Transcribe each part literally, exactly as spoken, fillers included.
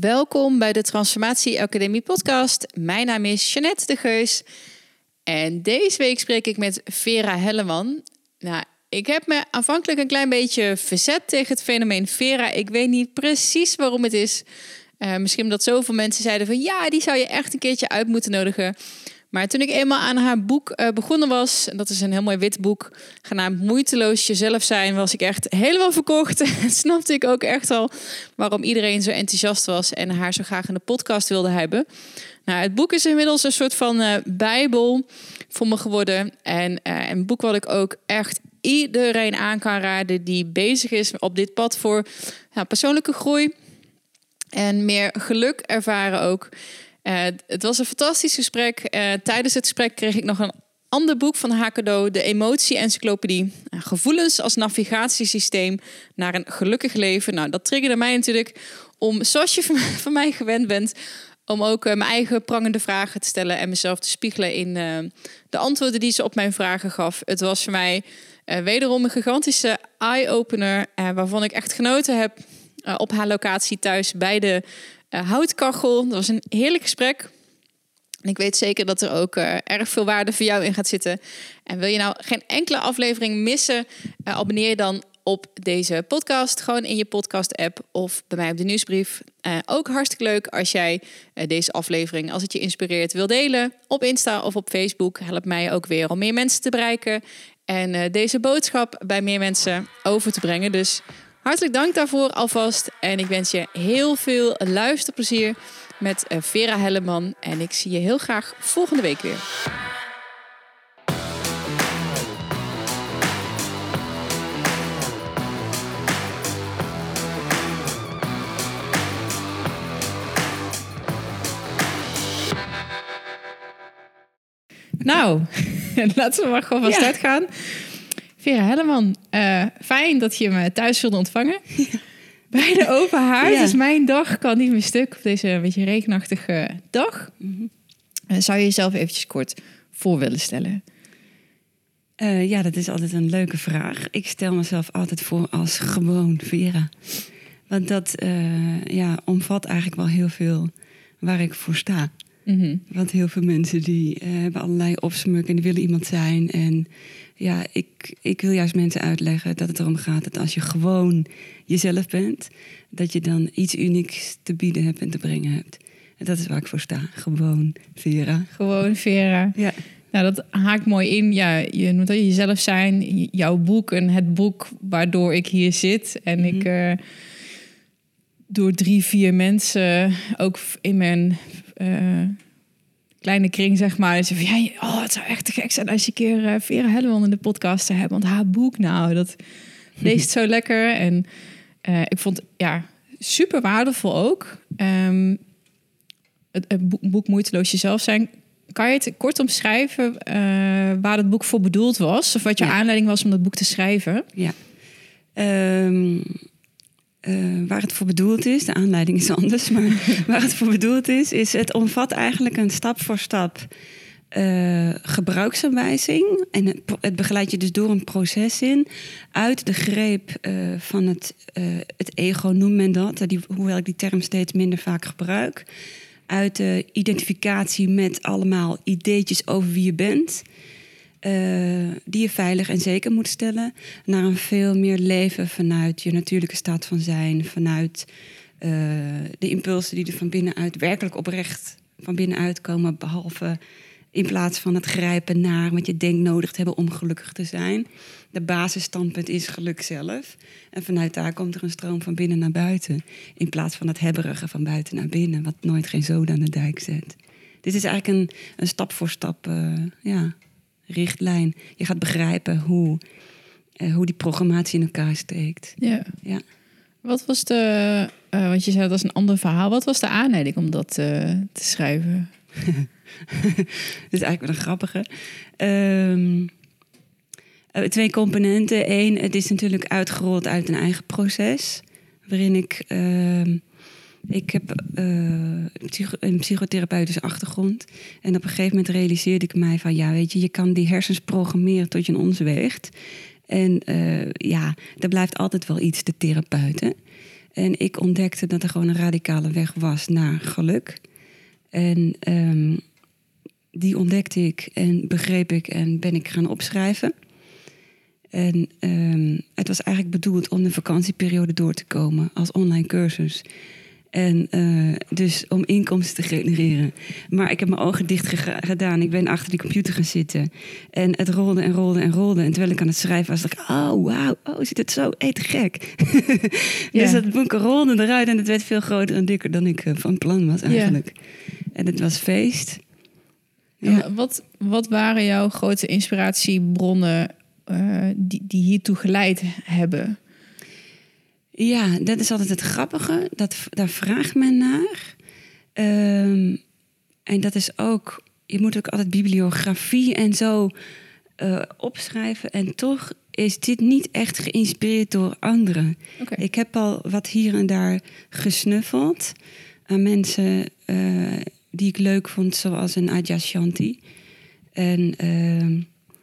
Welkom bij de Transformatie Academie podcast. Mijn naam is Jeanette de Geus en deze week spreek ik met Vera Helleman. Nou, ik heb me aanvankelijk een klein beetje verzet tegen het fenomeen Vera. Ik weet niet precies waarom het is. Uh, misschien omdat zoveel mensen zeiden van ja, die zou je echt een keertje uit moeten nodigen. Maar toen ik eenmaal aan haar boek uh, begonnen was, en dat is een heel mooi wit boek, genaamd Moeiteloos Jezelf Zijn, was ik echt helemaal verkocht. En snapte ik ook echt al waarom iedereen zo enthousiast was en haar zo graag in de podcast wilde hebben. Nou, het boek is inmiddels een soort van uh, bijbel voor me geworden. En uh, een boek wat ik ook echt iedereen aan kan raden die bezig is op dit pad voor nou, persoonlijke groei en meer geluk ervaren ook. Uh, het was een fantastisch gesprek. Uh, tijdens het gesprek kreeg ik nog een ander boek van haar cadeau. De Emotie-encyclopedie. Uh, gevoelens als navigatiesysteem naar een gelukkig leven. Nou, dat triggerde mij natuurlijk om, zoals je van, van mij gewend bent, om ook uh, mijn eigen prangende vragen te stellen en mezelf te spiegelen in uh, de antwoorden die ze op mijn vragen gaf. Het was voor mij uh, wederom een gigantische eye-opener, uh, waarvan ik echt genoten heb uh, op haar locatie thuis bij de Uh, houtkachel. Dat was een heerlijk gesprek. En ik weet zeker dat er ook uh, erg veel waarde voor jou in gaat zitten. En wil je nou geen enkele aflevering missen, Uh, abonneer je dan op deze podcast. Gewoon in je podcast-app of bij mij op de nieuwsbrief. Uh, ook hartstikke leuk als jij uh, deze aflevering, als het je inspireert, wil delen. Op Insta of op Facebook. Helpt mij ook weer om meer mensen te bereiken. En uh, deze boodschap bij meer mensen over te brengen. Dus hartelijk dank daarvoor alvast. En ik wens je heel veel luisterplezier met Vera Helleman. En ik zie je heel graag volgende week weer. Nou, laten we maar gewoon van start gaan. Vera Helleman, uh, fijn dat je me thuis wilde ontvangen. Ja. Bij de open haard. Ja. Dus mijn dag kan niet meer stuk op deze een beetje regenachtige dag. Mm-hmm. Uh, zou je jezelf eventjes kort voor willen stellen? Uh, ja, dat is altijd een leuke vraag. Ik stel mezelf altijd voor als gewoon Vera. Want dat uh, ja, omvat eigenlijk wel heel veel waar ik voor sta. Mm-hmm. Want heel veel mensen die uh, hebben allerlei opsmuk en die willen iemand zijn. En ja, ik, ik wil juist mensen uitleggen dat het erom gaat dat als je gewoon jezelf bent, dat je dan iets unieks te bieden hebt en te brengen hebt. En dat is waar ik voor sta. Gewoon Vera. Gewoon Vera. Ja. Nou, dat haakt mooi in. Ja, je noemt dat jezelf zijn, jouw boek en het boek waardoor ik hier zit. En mm-hmm. ik uh, door drie, vier mensen ook in mijn Uh, kleine kring, zeg maar. Ze van, ja, oh, het zou echt te gek zijn als je een keer uh, Vera Helleman in de podcast te hebben. Want haar boek, nou, dat leest zo lekker. En uh, ik vond, ja, super waardevol ook. Um, het, het boek Moeiteloos Jezelf Zijn. Kan je het kort omschrijven uh, waar het boek voor bedoeld was? Of wat je ja. aanleiding was om dat boek te schrijven? Ja. Um... Uh, waar het voor bedoeld is, de aanleiding is anders, maar waar het voor bedoeld is, is het omvat eigenlijk een stap voor stap uh, gebruiksaanwijzing. En het, het begeleidt je dus door een proces in, uit de greep uh, van het, uh, het ego, noemt men dat, die, hoewel ik die term steeds minder vaak gebruik. Uit de identificatie met allemaal ideetjes over wie je bent, Uh, die je veilig en zeker moet stellen, naar een veel meer leven vanuit je natuurlijke staat van zijn, vanuit uh, de impulsen die er van binnenuit werkelijk oprecht van binnenuit komen, behalve in plaats van het grijpen naar wat je denkt nodig te hebben om gelukkig te zijn. De basisstandpunt is geluk zelf. En vanuit daar komt er een stroom van binnen naar buiten, in plaats van het hebberige van buiten naar binnen, wat nooit geen zoden aan de dijk zet. Dit is eigenlijk een, een stap voor stap, uh, ja... richtlijn. Je gaat begrijpen hoe, uh, hoe die programmatie in elkaar steekt. Ja. ja. Wat was de... Uh, want je zei dat was een ander verhaal. Wat was de aanleiding om dat uh, te schrijven? Dit is eigenlijk wel een grappige. Um, uh, twee componenten. Eén, het is natuurlijk uitgerold uit een eigen proces. Waarin ik... Uh, Ik heb uh, psycho- een psychotherapeutische achtergrond. En op een gegeven moment realiseerde ik mij van... ja, weet je, je kan die hersens programmeren tot je een ons weegt. En uh, ja, er blijft altijd wel iets te therapeuten. En ik ontdekte dat er gewoon een radicale weg was naar geluk. En um, die ontdekte ik en begreep ik en ben ik gaan opschrijven. En um, het was eigenlijk bedoeld om de vakantieperiode door te komen als online cursus. En uh, dus om inkomsten te genereren. Maar ik heb mijn ogen dicht ge- gedaan. Ik ben achter die computer gaan zitten. En het rolde en rolde en rolde. En terwijl ik aan het schrijven was, dacht ik... oh, wauw, oh, zit het zo? Eet gek. Ja. Dus dat boek rolde eruit en het werd veel groter en dikker dan ik uh, van plan was eigenlijk. Ja. En het was feest. Ja. Wat, wat waren jouw grote inspiratiebronnen uh, die, die hiertoe geleid hebben? Ja, dat is altijd het grappige. Dat, daar vraagt men naar. Um, en dat is ook... Je moet ook altijd bibliografie en zo uh, opschrijven. En toch is dit niet echt geïnspireerd door anderen. Okay. Ik heb al wat hier en daar gesnuffeld aan mensen uh, die ik leuk vond, zoals een Adyashanti. En uh,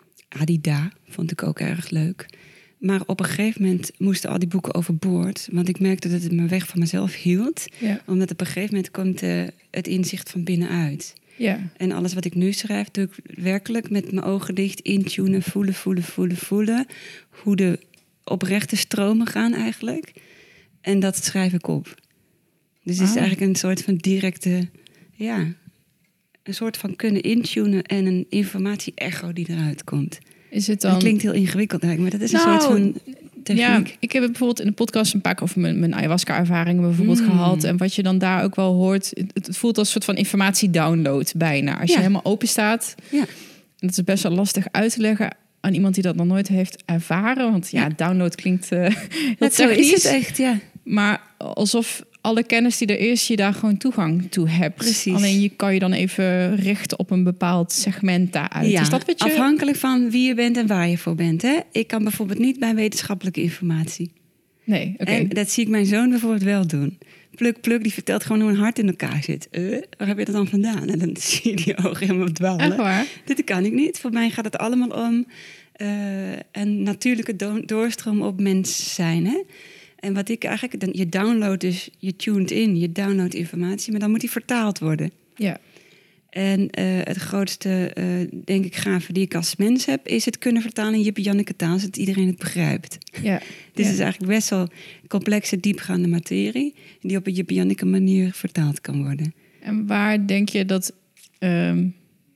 Adida vond ik ook erg leuk. Maar op een gegeven moment moesten al die boeken overboord. Want ik merkte dat het me weg van mezelf hield. Ja. Omdat op een gegeven moment komt uh, het inzicht van binnenuit. Ja. En alles wat ik nu schrijf, doe ik werkelijk met mijn ogen dicht intunen, voelen, voelen, voelen, voelen. Hoe de oprechte stromen gaan eigenlijk. En dat schrijf ik op. Dus het is ah. eigenlijk een soort van directe... ja, een soort van kunnen intunen en een informatie-echo die eruit komt. Is het dan... Dat klinkt heel ingewikkeld eigenlijk, maar dat is nou, een soort van techniek. Ja, ik heb het bijvoorbeeld in de podcast een paar keer over mijn, mijn ayahuasca-ervaringen bijvoorbeeld mm. gehad. En wat je dan daar ook wel hoort, het, het voelt als een soort van informatie-download bijna. Als ja. je helemaal open staat. Ja. En dat is best wel lastig uit te leggen aan iemand die dat nog nooit heeft ervaren. Want ja, ja download klinkt uh, heel dat technisch. Zo is het echt, ja. Maar alsof alle kennis die er is, je daar gewoon toegang toe hebt. Precies. Alleen je kan je dan even richten op een bepaald segment daaruit. Ja, is dat wat je... afhankelijk van wie je bent en waar je voor bent. Hè? Ik kan bijvoorbeeld niet bij wetenschappelijke informatie. Nee, oké. Okay. En dat zie ik mijn zoon bijvoorbeeld wel doen. Pluk, pluk, die vertelt gewoon hoe een hart in elkaar zit. Uh, waar heb je dat dan vandaan? En dan zie je die ogen helemaal dwalen. Echt waar? Dit kan ik niet. Voor mij gaat het allemaal om uh, een natuurlijke do- doorstroom op mens zijn, hè? En wat ik eigenlijk... Je downloadt dus, je tuned in, je downloadt informatie... maar dan moet die vertaald worden. Ja. En uh, het grootste, uh, denk ik, gave die ik als mens heb... is het kunnen vertalen in Jippe-Janneke taal... zodat iedereen het begrijpt. Ja. Dus ja. het is eigenlijk best wel complexe, diepgaande materie... die op een Jippe-Janneke manier vertaald kan worden. En waar denk je dat... Um,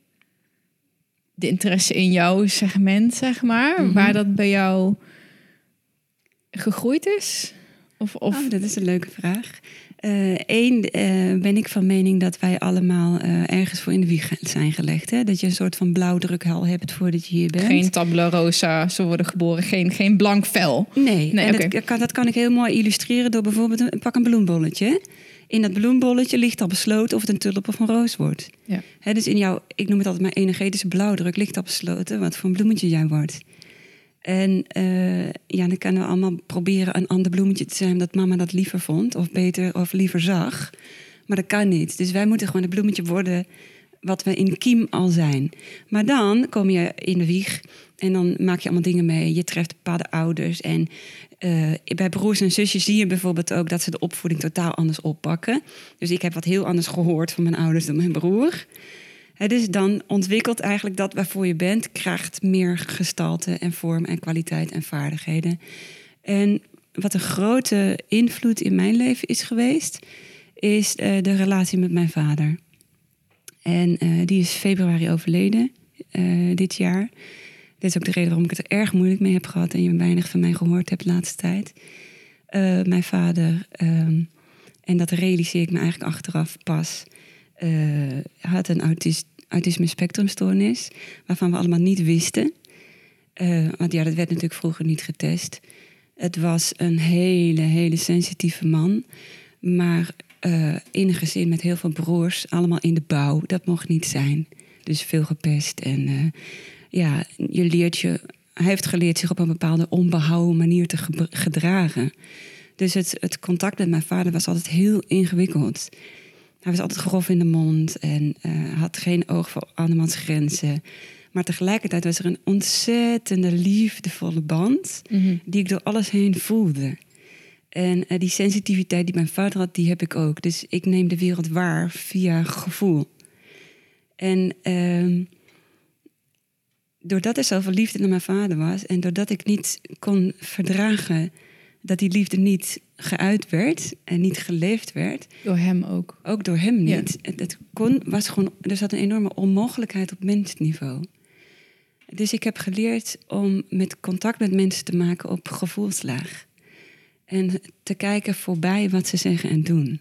de interesse in jouw segment, zeg maar... Mm-hmm. waar dat bij jou... gegroeid is? Of, of... Oh, dat is een leuke vraag. Eén, uh, uh, ben ik van mening dat wij allemaal uh, ergens voor in de wieg zijn gelegd. Hè? Dat je een soort van blauwdrukhal hebt voordat je hier bent. Geen tabula rosa, zo worden geboren. Geen, geen blank vel. Nee, nee en okay. dat, kan, dat kan ik heel mooi illustreren door bijvoorbeeld... Een, pak een bloembolletje. In dat bloembolletje ligt al besloten of het een tulp of een roos wordt. Ja. Hè, dus in jouw, ik noem het altijd mijn energetische blauwdruk... ligt al besloten wat voor een bloemetje jij wordt. En uh, ja, dan kunnen we allemaal proberen een ander bloemetje te zijn... dat mama dat liever vond, of beter, of liever zag. Maar dat kan niet. Dus wij moeten gewoon een bloemetje worden... wat we in kiem al zijn. Maar dan kom je in de wieg en dan maak je allemaal dingen mee. Je treft bepaalde ouders. En uh, bij broers en zusjes zie je bijvoorbeeld ook... dat ze de opvoeding totaal anders oppakken. Dus ik heb wat heel anders gehoord van mijn ouders dan mijn broer... He, dus dan ontwikkelt eigenlijk dat waarvoor je bent... krijgt meer gestalte en vorm en kwaliteit en vaardigheden. En wat een grote invloed in mijn leven is geweest... is uh, de relatie met mijn vader. En uh, die is februari overleden uh, dit jaar. Dit is ook de reden waarom ik het er erg moeilijk mee heb gehad... en je weinig van mij gehoord hebt de laatste tijd. Uh, mijn vader, um, en dat realiseer ik me eigenlijk achteraf pas... Uh, had een autis- autisme spectrumstoornis... waarvan we allemaal niet wisten. Uh, want ja, dat werd natuurlijk vroeger niet getest. Het was een hele, hele sensitieve man. Maar uh, in een gezin met heel veel broers... allemaal in de bouw, dat mocht niet zijn. Dus veel gepest. En uh, ja, je leert je... Hij heeft geleerd zich op een bepaalde onbehouden manier te ge- gedragen. Dus het, het contact met mijn vader was altijd heel ingewikkeld... Hij was altijd grof in de mond en uh, had geen oog voor andermans grenzen. Maar tegelijkertijd was er een ontzettende liefdevolle band... Mm-hmm. die ik door alles heen voelde. En uh, die sensitiviteit die mijn vader had, die heb ik ook. Dus ik neem de wereld waar via gevoel. En uh, doordat er zoveel liefde naar mijn vader was... en doordat ik niet kon verdragen dat die liefde niet geuit werd... en niet geleefd werd... Door hem ook. Ook door hem niet. Ja. Het, het kon, was gewoon, er zat een enorme onmogelijkheid op mensniveau. Dus ik heb geleerd om met contact met mensen te maken op gevoelslaag. En te kijken voorbij wat ze zeggen en doen.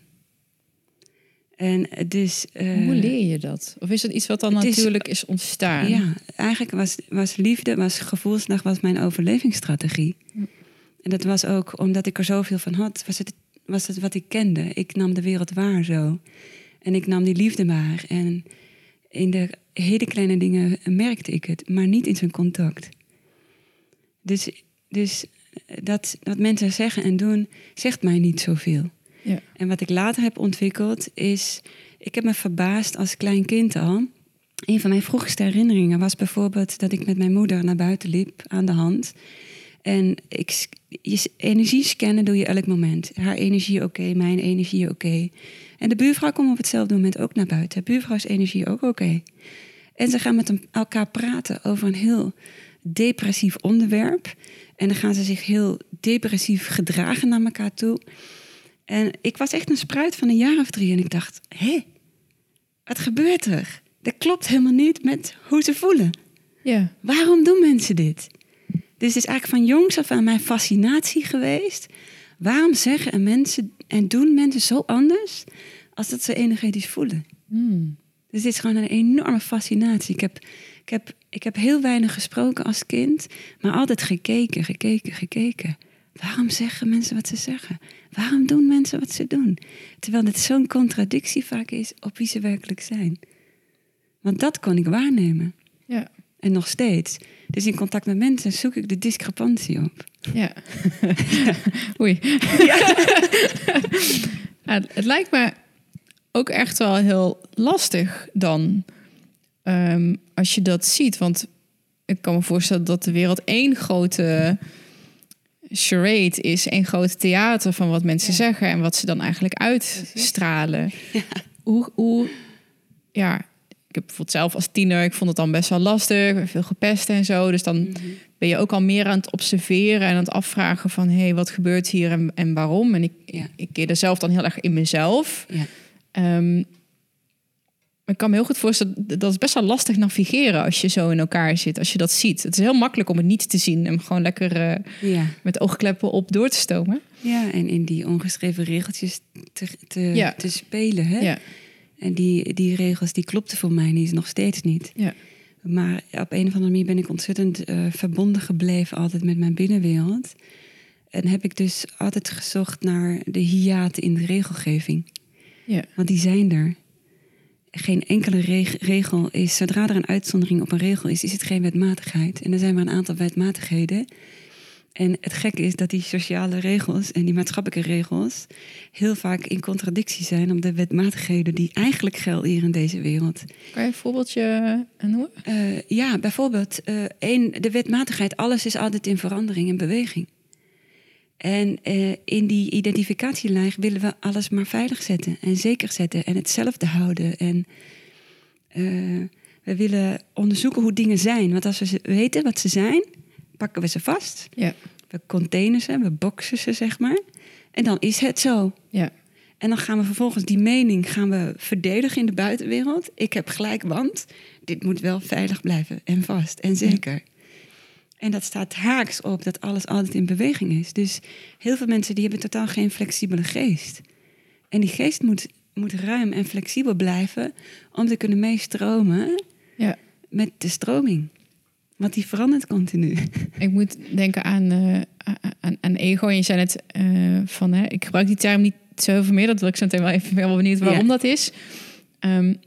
En dus, uh, Hoe leer je dat? Of is dat iets wat dan natuurlijk is, is ontstaan? Ja, eigenlijk was, was liefde, was gevoelslaag, was mijn overlevingsstrategie. Hm. En dat was ook omdat ik er zoveel van had, was het, was het wat ik kende. Ik nam de wereld waar zo. En ik nam die liefde waar. En in de hele kleine dingen merkte ik het, maar niet in zijn contact. Dus, dus dat, dat mensen zeggen en doen, zegt mij niet zoveel. Ja. En wat ik later heb ontwikkeld is... Ik heb me verbaasd als klein kind al. Een van mijn vroegste herinneringen was bijvoorbeeld... dat ik met mijn moeder naar buiten liep aan de hand. En ik, je energie scannen doe je elk moment. Haar energie oké, okay, mijn energie oké. Okay. En de buurvrouw komt op hetzelfde moment ook naar buiten. De buurvrouw is energie ook oké. Okay. En ze gaan met elkaar praten over een heel depressief onderwerp. En dan gaan ze zich heel depressief gedragen naar elkaar toe... En ik was echt een spruit van een jaar of drie. En ik dacht, hé, wat gebeurt er? Dat klopt helemaal niet met hoe ze voelen. Ja. Waarom doen mensen dit? Dus het is eigenlijk van jongs af aan mijn fascinatie geweest. Waarom zeggen en mensen en doen mensen zo anders... als dat ze energetisch voelen? Hmm. Dus dit is gewoon een enorme fascinatie. Ik heb, ik, heb, ik heb heel weinig gesproken als kind... maar altijd gekeken, gekeken, gekeken... Waarom zeggen mensen wat ze zeggen? Waarom doen mensen wat ze doen? Terwijl het zo'n contradictie vaak is op wie ze werkelijk zijn. Want dat kon ik waarnemen. Ja. En nog steeds. Dus in contact met mensen zoek ik de discrepantie op. Ja. Oei. Ja. Ja, het lijkt me ook echt wel heel lastig dan. Um, als je dat ziet. Want ik kan me voorstellen dat de wereld één grote... charade is een groot theater van wat mensen ja. zeggen... en wat ze dan eigenlijk uitstralen. Ja. Hoe, hoe, ja, ik heb bijvoorbeeld zelf als tiener... ik vond het dan best wel lastig, veel gepest en zo. Dus dan mm-hmm. ben je ook al meer aan het observeren... en aan het afvragen van... hé, hey, wat gebeurt hier en, en waarom? En ik, ja. ik keerde zelf dan heel erg in mezelf. Ja. Um, ik kan me heel goed voorstellen, dat is best wel lastig navigeren als je zo in elkaar zit, als je dat ziet. Het is heel makkelijk om het niet te zien en gewoon lekker uh, ja. met oogkleppen op door te stomen. Ja, en in die ongeschreven regeltjes te, te, ja. te spelen. Hè? Ja. En die, die regels, die klopten voor mij niet, nog steeds niet. Ja. Maar op een of andere manier ben ik ontzettend uh, verbonden gebleven altijd met mijn binnenwereld. En heb ik dus altijd gezocht naar de hiaten in de regelgeving. Ja. Want die zijn er. Geen enkele reg- regel is, zodra er een uitzondering op een regel is, is het geen wetmatigheid. En er zijn maar een aantal wetmatigheden. En het gekke is dat die sociale regels en die maatschappelijke regels heel vaak in contradictie zijn op de wetmatigheden die eigenlijk gelden hier in deze wereld. Kan je een voorbeeldje noemen? Uh, ja, bijvoorbeeld uh, één, de wetmatigheid, alles is altijd in verandering en beweging. En uh, in die identificatielijn willen we alles maar veilig zetten en zeker zetten en hetzelfde houden. En uh, we willen onderzoeken hoe dingen zijn. Want als we weten wat ze zijn, pakken we ze vast. Ja. We containen ze, we boxen ze, zeg maar. En dan is het zo. Ja. En dan gaan we vervolgens die mening gaan we verdedigen in de buitenwereld. Ik heb gelijk, want dit moet wel veilig blijven en vast en zeker. Ja. En dat staat haaks op dat alles altijd in beweging is. Dus heel veel mensen die hebben totaal geen flexibele geest. En die geest moet, moet ruim en flexibel blijven om te kunnen meestromen ja. met de stroming. Want die verandert continu. Ik moet denken aan, uh, aan, aan ego. En je zei net uh, van, hè, ik gebruik die term niet zo heel veel meer. Dat wil ik zo meteen wel even wel benieuwd waarom ja. dat is. Um,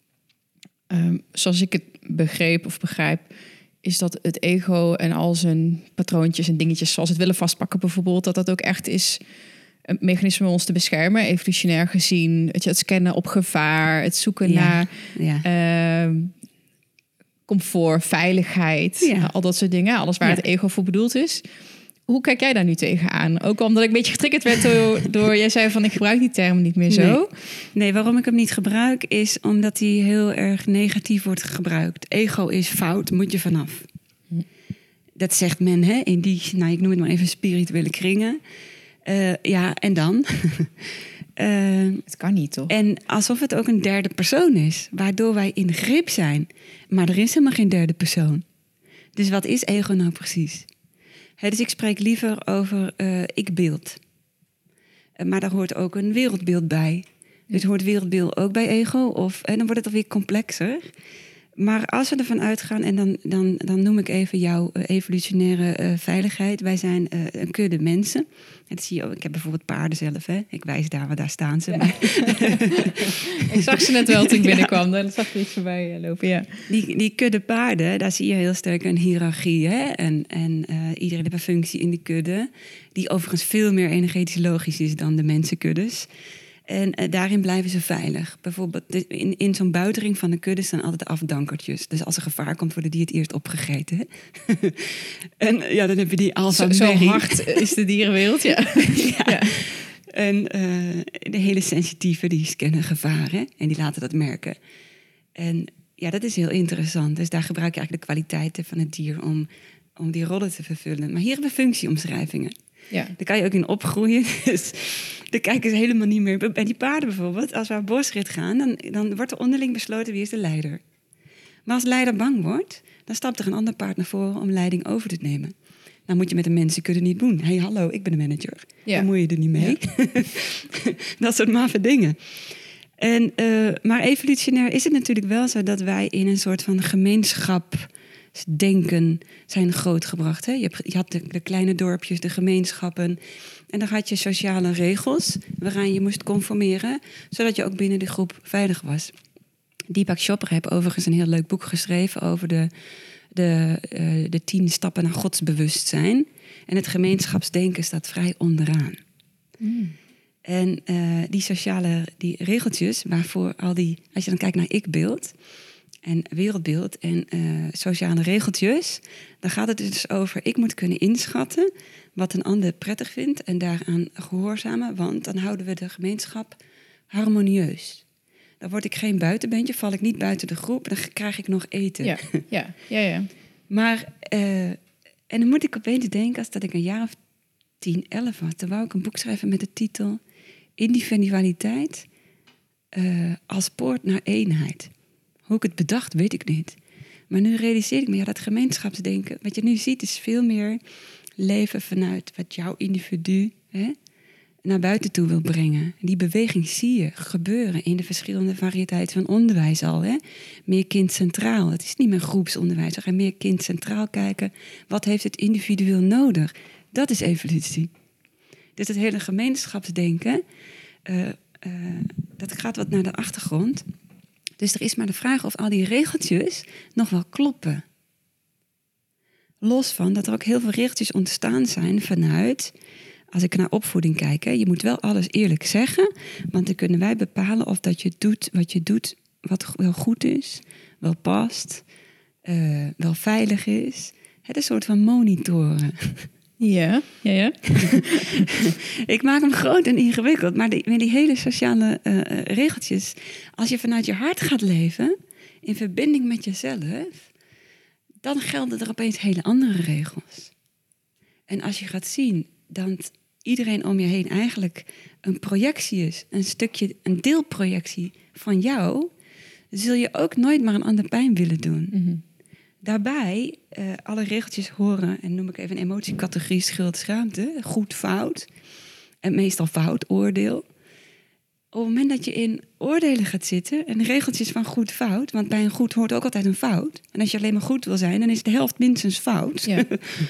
um, zoals ik het begreep of begrijp, is dat het ego en al zijn patroontjes en dingetjes, zoals het willen vastpakken bijvoorbeeld, dat dat ook echt is een mechanisme om ons te beschermen, evolutionair gezien. Het, het scannen op gevaar, het zoeken ja. naar ja. Uh, comfort, veiligheid, ja. al dat soort dingen. Alles waar ja. het ego voor bedoeld is. Hoe kijk jij daar nu tegenaan? Ook omdat ik een beetje getriggerd werd door, door... Jij zei van, ik gebruik die term niet meer zo. Nee. nee, waarom ik hem niet gebruik is omdat hij heel erg negatief wordt gebruikt. Ego is fout, moet je vanaf. Hm. Dat zegt men hè, in die, nou, ik noem het maar even spirituele kringen. Uh, ja, en dan? uh, het kan niet, toch? En alsof het ook een derde persoon is, waardoor wij in grip zijn. Maar er is helemaal geen derde persoon. Dus wat is ego nou precies? He, dus ik spreek liever over uh, ik-beeld. Uh, maar daar hoort ook een wereldbeeld bij. Ja. Dus hoort wereldbeeld ook bij ego? Of, en dan wordt het alweer complexer. Maar als we ervan uitgaan, en dan, dan, dan noem ik even jouw uh, evolutionaire uh, veiligheid. Wij zijn uh, een kudde mensen. En dat zie je ook. Ik heb bijvoorbeeld paarden zelf. Hè? Ik wijs daar, waar daar staan ze. Ja. Ik zag ze net wel toen ik binnenkwam. Ja. Dan zag er iets voorbij lopen, ja. Die, die kudde paarden, daar zie je heel sterk een hiërarchie. Hè? En, en uh, iedereen heeft een functie in die kudde. Die overigens veel meer energetisch logisch is dan de mensenkuddes. En uh, daarin blijven ze veilig. Bijvoorbeeld in, in zo'n buitering van de kudde staan altijd afdankertjes. Dus als er gevaar komt, worden die het eerst opgegeten. Hè? En uh, ja, dan heb je die alfa. Zo, zo hard is de dierenwereld, ja. ja. ja. En uh, de hele sensitieve, die scannen gevaren en die laten dat merken. En ja, dat is heel interessant. Dus daar gebruik je eigenlijk de kwaliteiten van het dier om, om die rollen te vervullen. Maar hier hebben we functieomschrijvingen. Ja. Daar kan je ook in opgroeien. Dus dan kijken ze helemaal niet meer. Bij die paarden bijvoorbeeld, als we op bosrit gaan, dan, dan wordt er onderling besloten wie is de leider. Maar als de leider bang wordt, dan stapt er een ander paard naar voren om leiding over te nemen. Nou moet je met de mensen kunnen niet doen. Hé, hey, hallo, ik ben de manager. Ja. Dan moet je er niet mee. Ja. Dat soort maffe dingen. En, uh, maar evolutionair is het natuurlijk wel zo dat wij in een soort van gemeenschap denken zijn grootgebracht. Hè? Je, hebt, je had de, de kleine dorpjes, de gemeenschappen. En dan had je sociale regels waaraan je moest conformeren, zodat je ook binnen de groep veilig was. Deepak Chopra heeft overigens een heel leuk boek geschreven over de, de, uh, de tien stappen naar godsbewustzijn. En het gemeenschapsdenken staat vrij onderaan. Mm. En uh, die sociale die regeltjes, waarvoor al die, als je dan kijkt naar ik-beeld en wereldbeeld en uh, sociale regeltjes, dan gaat het dus over, ik moet kunnen inschatten wat een ander prettig vindt en daaraan gehoorzamen, want dan houden we de gemeenschap harmonieus. Dan word ik geen buitenbeentje, val ik niet buiten de groep, dan krijg ik nog eten. Ja, ja, ja. ja. Maar, uh, en dan moet ik opeens denken, als dat ik een jaar of tien, elf was, dan wou ik een boek schrijven met de titel Individualiteit uh, als poort naar eenheid. Hoe ik het bedacht, weet ik niet. Maar nu realiseer ik me, ja, dat gemeenschapsdenken, wat je nu ziet, is veel meer leven vanuit wat jouw individu hè, naar buiten toe wil brengen. Die beweging zie je gebeuren in de verschillende variëteiten van onderwijs al. Hè. Meer kind centraal. Het is niet meer groepsonderwijs. We gaan meer kind centraal kijken. Wat heeft het individueel nodig? Dat is evolutie. Dus het hele gemeenschapsdenken, uh, uh, dat gaat wat naar de achtergrond. Dus er is maar de vraag of al die regeltjes nog wel kloppen. Los van dat er ook heel veel regeltjes ontstaan zijn vanuit, als ik naar opvoeding kijk, hè, je moet wel alles eerlijk zeggen, want dan kunnen wij bepalen of dat je doet wat je doet, wat wel goed is, wel past, uh, wel veilig is. Het is een soort van monitoren. Ja, ja, ja. Ik maak hem groot en ingewikkeld, maar die, met die hele sociale uh, regeltjes, als je vanuit je hart gaat leven, in verbinding met jezelf, dan gelden er opeens hele andere regels. En als je gaat zien dat iedereen om je heen eigenlijk een projectie is, een stukje, een deelprojectie van jou, zul je ook nooit maar een ander pijn willen doen. Mm-hmm. Daarbij, uh, alle regeltjes horen, en noem ik even een emotiecategorie, schuld, schaamte, goed, fout. En meestal fout, oordeel. Op het moment dat je in oordelen gaat zitten, en regeltjes van goed, fout, want bij een goed hoort ook altijd een fout. En als je alleen maar goed wil zijn, dan is de helft minstens fout. Ja.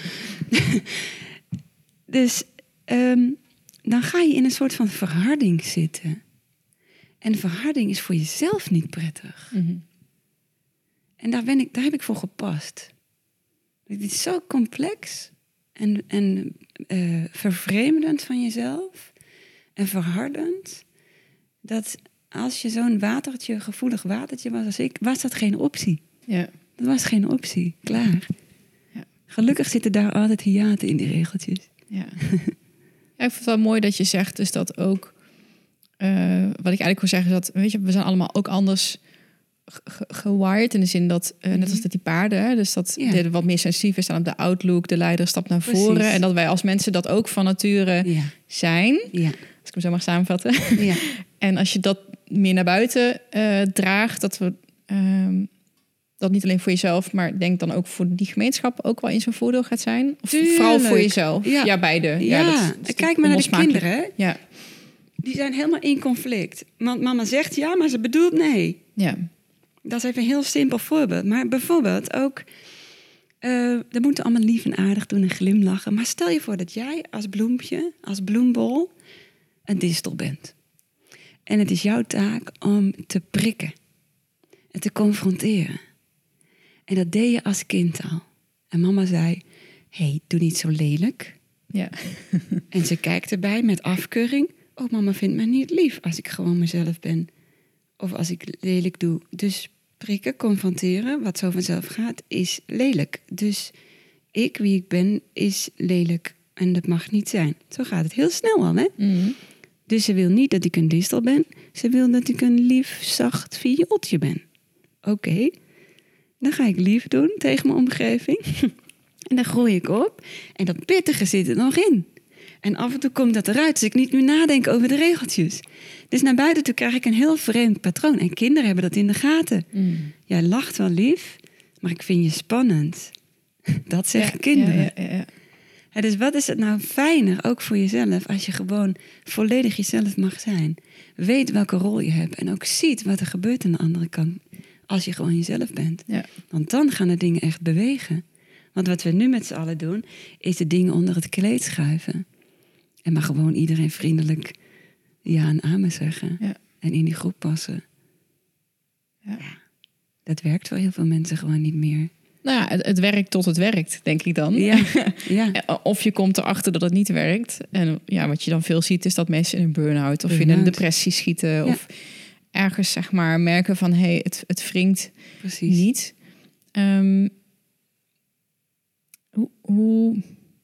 Dus um, dan ga je in een soort van verharding zitten. En verharding is voor jezelf niet prettig. Mm-hmm. En daar, ben ik, daar heb ik voor gepast. Het is zo complex en, en uh, vervreemdend van jezelf en verhardend, dat als je zo'n watertje, gevoelig watertje was als ik, was dat geen optie. Ja. Dat was geen optie, klaar. Ja. Gelukkig zitten daar altijd hiaten in die regeltjes. Ja. Ja, ik vind het wel mooi dat je zegt dus dat ook... Uh, wat ik eigenlijk wil zeggen is dat... weet je, we zijn allemaal ook anders ge- gewired... in de zin dat, uh, net als dat die paarden... Hè, dus dat Ja. de wat meer sensitief staan op de outlook... de leider stapt naar Precies. voren... en dat wij als mensen dat ook van nature Ja. zijn. Ja. Als ik hem zo mag samenvatten. Ja. En als je dat meer naar buiten uh, draagt... dat we... Um, dat niet alleen voor jezelf, maar denk dan ook voor die gemeenschap ook wel in zo'n voordeel gaat zijn? Of Tuurlijk. vooral voor jezelf? Ja, ja beide. Ja, ja. Dat, dat Kijk maar naar de kinderen. Hè? Ja. Die zijn helemaal in conflict. Want mama zegt ja, maar ze bedoelt nee. Ja. Dat is even een heel simpel voorbeeld. Maar bijvoorbeeld ook... Uh, dat moeten allemaal lief en aardig doen en glimlachen. Maar stel je voor dat jij als bloempje, als bloembol... een distel bent. En het is jouw taak om te prikken. En te confronteren. En dat deed je als kind al. En mama zei, hey, doe niet zo lelijk. Ja. En ze kijkt erbij met afkeuring. Oh, mama vindt me niet lief als ik gewoon mezelf ben. Of als ik lelijk doe. Dus prikken, confronteren, wat zo vanzelf gaat, is lelijk. Dus ik, wie ik ben, is lelijk. En dat mag niet zijn. Zo gaat het heel snel al, hè? Mm-hmm. Dus ze wil niet dat ik een distel ben. Ze wil dat ik een lief, zacht viooltje ben. Oké. Okay. Dan ga ik lief doen tegen mijn omgeving. En dan groei ik op. En dat pittige zit er nog in. En af en toe komt dat eruit. Dus ik niet nu nadenken over de regeltjes. Dus naar buiten toe krijg ik een heel vreemd patroon. En kinderen hebben dat in de gaten. Mm. Jij lacht wel lief, maar ik vind je spannend. Dat zeggen ja, kinderen. Ja, ja, ja. Ja, dus wat is het nou fijner, ook voor jezelf... als je gewoon volledig jezelf mag zijn. Weet welke rol je hebt. En ook ziet wat er gebeurt aan de andere kant... als je gewoon jezelf bent. Ja. Want dan gaan de dingen echt bewegen. Want wat we nu met z'n allen doen... is de dingen onder het kleed schuiven. En maar gewoon iedereen vriendelijk... ja en amen zeggen. Ja. En in die groep passen. Ja. Ja, dat werkt voor heel veel mensen gewoon niet meer. Nou ja, het, het werkt tot het werkt, denk ik dan. Ja. Ja. Of je komt erachter dat het niet werkt. En ja, wat je dan veel ziet is dat mensen in een burn-out... of burn-out. in een depressie schieten... Ja. Of ergens zeg maar merken van... hé, hey, het, het wringt Precies. niet. Um, hoe, hoe...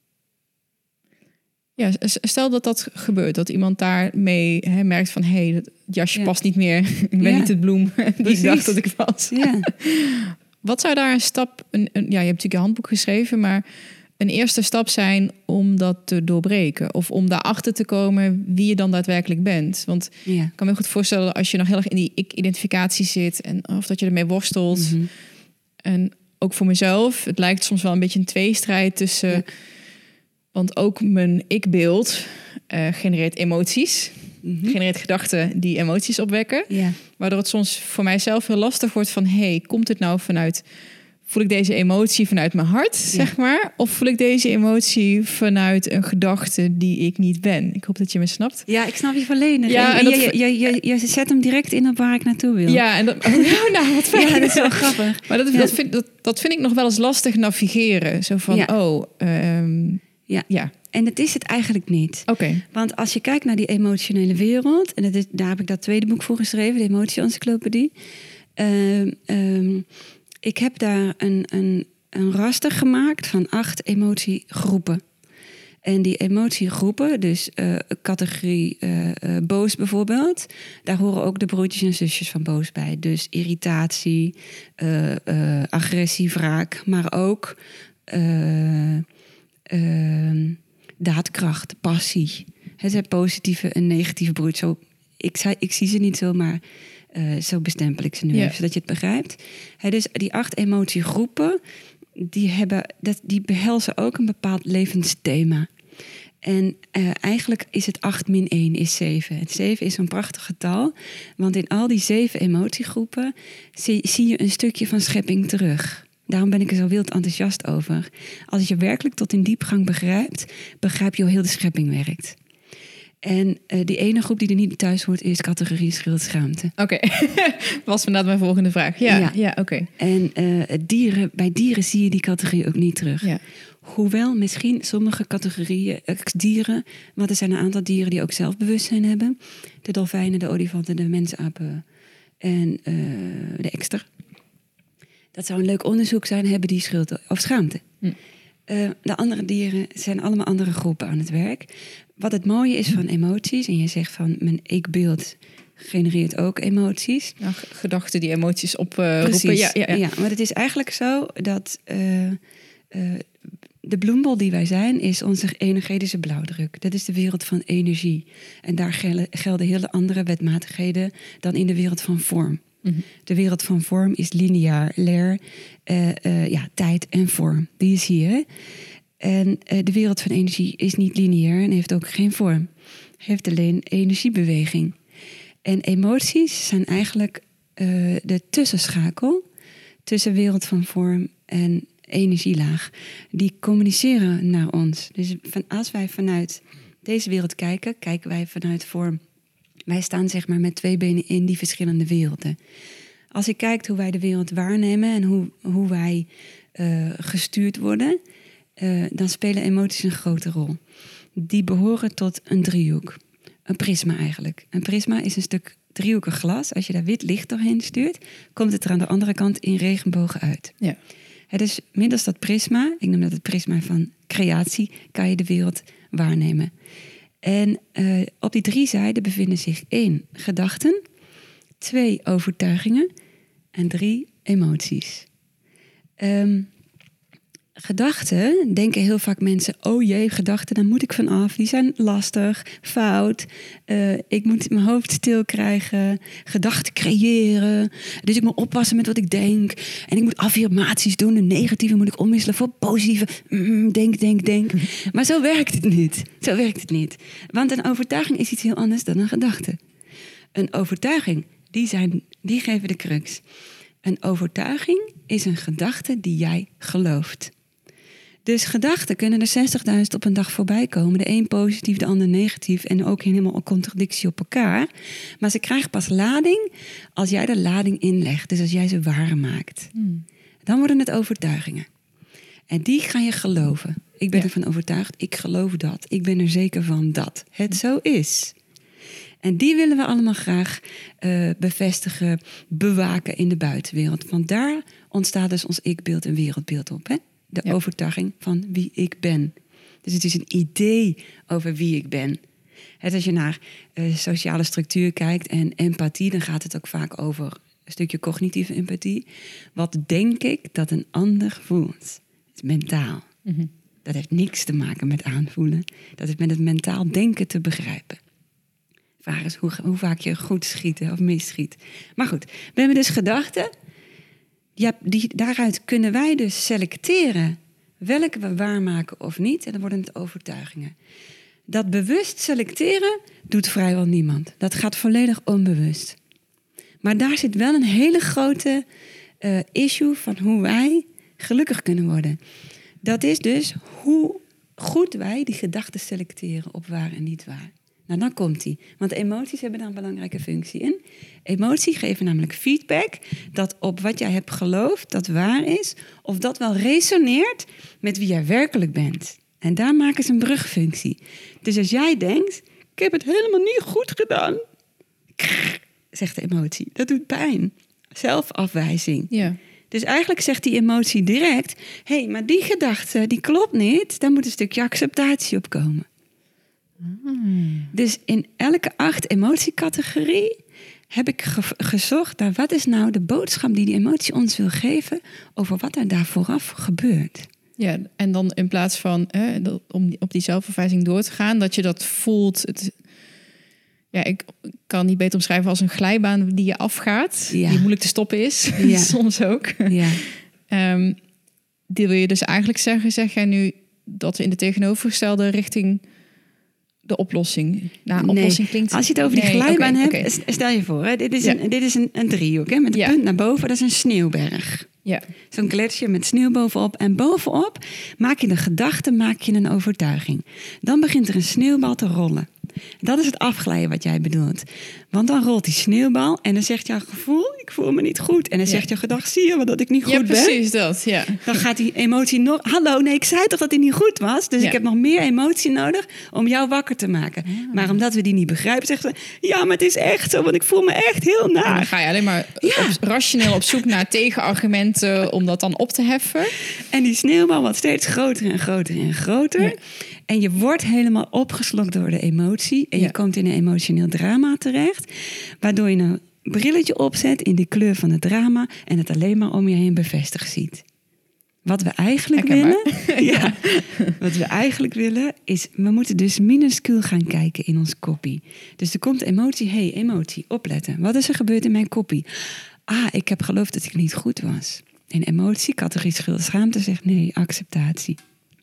Ja, stel dat dat gebeurt. Dat iemand daarmee hè, merkt van... hé, hey, het jasje ja. past niet meer. Ik ben ja. niet het bloem die Precies. ik dacht dat ik was. Ja. Wat zou daar een stap... Een, een, ja, je hebt natuurlijk je handboek geschreven... maar een eerste stap zijn om dat te doorbreken? Of om daarachter te komen wie je dan daadwerkelijk bent? Want ja. ik kan me goed voorstellen... als je nog heel erg in die ik-identificatie zit... en of dat je ermee worstelt. Mm-hmm. En ook voor mezelf... het lijkt soms wel een beetje een tweestrijd tussen... Ja. Want ook mijn ik-beeld uh, genereert emoties. Mm-hmm. Genereert gedachten die emoties opwekken. Ja. Waardoor het soms voor mijzelf heel lastig wordt van... hé, hey, komt het nou vanuit... voel ik deze emotie vanuit mijn hart, ja. zeg maar? Of voel ik deze emotie vanuit een gedachte die ik niet ben? Ik hoop dat je me snapt. Ja, ik snap je volledig. Ja, en, en dat, je, je, je, je zet hem direct in op waar ik naartoe wil. Ja, en dat, oh, nou, wat fijn. Ja, dat is wel grappig. Maar dat, ja. dat, vind, dat, dat vind ik nog wel eens lastig navigeren. Zo van, ja. oh... Um, ja. ja. En dat is het eigenlijk niet. Oké. Okay. Want als je kijkt naar die emotionele wereld... en dat is, daar heb ik dat tweede boek voor geschreven... de emotie-encyclopedie... Uh, um, ik heb daar een, een, een raster gemaakt van acht emotiegroepen. En die emotiegroepen, dus uh, categorie uh, uh, boos bijvoorbeeld... daar horen ook de broertjes en zusjes van boos bij. Dus irritatie, uh, uh, agressie, wraak, maar ook... Uh, uh, daadkracht, passie. Het zijn positieve en negatieve broertjes. Zo, ik, zei, ik zie ze niet zo, maar uh, zo bestempel ik ze nu ja. even, zodat je het begrijpt. He, dus die acht emotiegroepen, die, hebben, dat, die behelzen ook een bepaald levensthema. En uh, eigenlijk is het acht min één is zeven. Het zeven is zo'n prachtig getal, want in al die zeven emotiegroepen zie, zie je een stukje van schepping terug. Daarom ben ik er zo wild enthousiast over. Als je werkelijk tot in diepgang begrijpt... begrijp je hoe heel de schepping werkt. En uh, die ene groep die er niet thuis hoort... is categorie schuld schaamte. Oké, okay. was inderdaad mijn volgende vraag. Ja, ja. ja oké. Okay. En uh, dieren, bij dieren zie je die categorie ook niet terug. Ja. Hoewel misschien sommige categorieën uh, dieren... want er zijn een aantal dieren die ook zelfbewustzijn hebben. De dolfijnen, de olifanten, de mensapen en uh, de ekster... Dat zou een leuk onderzoek zijn, hebben die schuld of schaamte. Hm. Uh, de andere dieren zijn allemaal andere groepen aan het werk. Wat het mooie is van emoties, en je zegt van mijn ikbeeld genereert ook emoties. Ja, gedachten die emoties oproepen. Uh, ja, ja, ja. ja, maar het is eigenlijk zo dat uh, uh, de bloembol die wij zijn is onze energetische blauwdruk. Dat is de wereld van energie. En daar gelden, gelden hele andere wetmatigheden dan in de wereld van vorm. Mm-hmm. De wereld van vorm is lineair, lineair uh, uh, ja, tijd en vorm. Die is hier. En uh, de wereld van energie is niet lineair en heeft ook geen vorm. Heeft alleen energiebeweging. En emoties zijn eigenlijk uh, de tussenschakel tussen wereld van vorm en energielaag. Die communiceren naar ons. Dus van, als wij vanuit deze wereld kijken, kijken wij vanuit vorm. Wij staan zeg maar met twee benen in die verschillende werelden. Als je kijkt hoe wij de wereld waarnemen en hoe, hoe wij uh, gestuurd worden, uh, dan spelen emoties een grote rol. Die behoren tot een driehoek. Een prisma eigenlijk. Een prisma is een stuk driehoekig glas. Als je daar wit licht doorheen stuurt, komt het er aan de andere kant in regenbogen uit. Ja. Het is middels dat prisma, ik noem dat het prisma van creatie, kan je de wereld waarnemen. En uh, op die drie zijden bevinden zich één, gedachten, twee, overtuigingen en drie, emoties. Um, gedachten, denken heel vaak mensen, oh jee, gedachten, daar moet ik van af. Die zijn lastig, fout. Uh, ik moet mijn hoofd stil krijgen, gedachten creëren. Dus ik moet oppassen met wat ik denk. En ik moet affirmaties doen. De negatieve moet ik omwisselen voor positieve. Mm, denk, denk, denk. Maar zo werkt het niet. Zo werkt het niet. Want een overtuiging is iets heel anders dan een gedachte. Een overtuiging, die, zijn, die geven de crux. Een overtuiging is een gedachte die jij gelooft. Dus gedachten kunnen er zestigduizend op een dag voorbij komen. De een positief, de ander negatief. En ook helemaal een contradictie op elkaar. Maar ze krijgen pas lading als jij de lading inlegt. Dus als jij ze waar maakt. Hmm. Dan worden het overtuigingen. En die ga je geloven. Ik ben ja. ervan overtuigd, ik geloof dat. Ik ben er zeker van dat het zo is. En die willen we allemaal graag uh, bevestigen, bewaken in de buitenwereld. Want daar ontstaat dus ons ikbeeld en wereldbeeld op, hè? De ja. overtuiging van wie ik ben. Dus het is een idee over wie ik ben. Het, als je naar uh, sociale structuur kijkt en empathie, dan gaat het ook vaak over een stukje cognitieve empathie. Wat denk ik dat een ander voelt? Het is mentaal. Mm-hmm. Dat heeft niks te maken met aanvoelen. Dat heeft met het mentaal denken te begrijpen. Vraag is hoe, hoe vaak je goed schiet of misschiet. Maar goed, we hebben dus gedachten. Ja, die, daaruit kunnen wij dus selecteren welke we waarmaken of niet. En dan worden het overtuigingen. Dat bewust selecteren doet vrijwel niemand. Dat gaat volledig onbewust. Maar daar zit wel een hele grote uh, issue van hoe wij gelukkig kunnen worden. Dat is dus hoe goed wij die gedachten selecteren op waar en niet waar. Nou, dan komt die. Want emoties hebben daar een belangrijke functie in. Emoties geven namelijk feedback dat op wat jij hebt geloofd, dat waar is, of dat wel resoneert met wie jij werkelijk bent. En daar maken ze een brugfunctie. Dus als jij denkt, ik heb het helemaal niet goed gedaan, krrr, zegt de emotie, dat doet pijn. Zelfafwijzing. Ja. Dus eigenlijk zegt die emotie direct, hé, hey, maar die gedachte, die klopt niet, daar moet een stukje acceptatie op komen. Hmm. Dus in elke acht emotiecategorie heb ik ge- gezocht naar wat is nou de boodschap die die emotie ons wil geven over wat er daar vooraf gebeurt. Ja, en dan in plaats van eh, om op die zelfverwijzing door te gaan, dat je dat voelt. Het, ja, ik kan niet beter omschrijven als een glijbaan die je afgaat, ja. die moeilijk te stoppen is, ja. soms ook. Ja. um, die wil je dus eigenlijk zeggen, zeg jij nu dat we in de tegenovergestelde richting de oplossing. Nou, nee. oplossing klinkt... Als je het over die nee, glijbaan okay, hebt, okay. stel je voor, hè, dit is, ja. een, dit is een, een driehoek, hè, met een ja. punt naar boven, dat is een sneeuwberg. Ja. Zo'n gletsjer met sneeuw bovenop. En bovenop maak je een gedachte, maak je een overtuiging. Dan begint er een sneeuwbal te rollen. Dat is het afglijden wat jij bedoelt. Want dan rolt die sneeuwbal en dan zegt jouw gevoel, ik ik voel me niet goed. En dan Ja. zegt je gedachte, zie je wel dat ik niet goed Ja, ben? precies dat. Ja. Dan gaat die emotie nog... Hallo, nee, ik zei toch dat hij niet goed was? Dus Ja. ik heb nog meer emotie nodig om jou wakker te maken. Ah. Maar omdat we die niet begrijpen, zeggen ze... Ja, maar het is echt zo, want ik voel me echt heel En dan naar. ga je alleen maar Ja. op, rationeel op zoek naar tegenargumenten om dat dan op te heffen. En die sneeuwbal wordt steeds groter en groter en groter. Ja. En je wordt helemaal opgeslokt door de emotie. En Ja. je komt in een emotioneel drama terecht. Waardoor je een brilletje opzet in de kleur van het drama... en het alleen maar om je heen bevestigd ziet. Wat we eigenlijk Herkenbaar. willen... ja, wat we eigenlijk willen is... we moeten dus minuscuul gaan kijken in ons koppie. Dus er komt emotie. Hé, hey, emotie, opletten. Wat is er gebeurd in mijn koppie? Ah, ik heb geloofd dat ik niet goed was. En emotie, categorie schuld, schaamte zegt nee, acceptatie.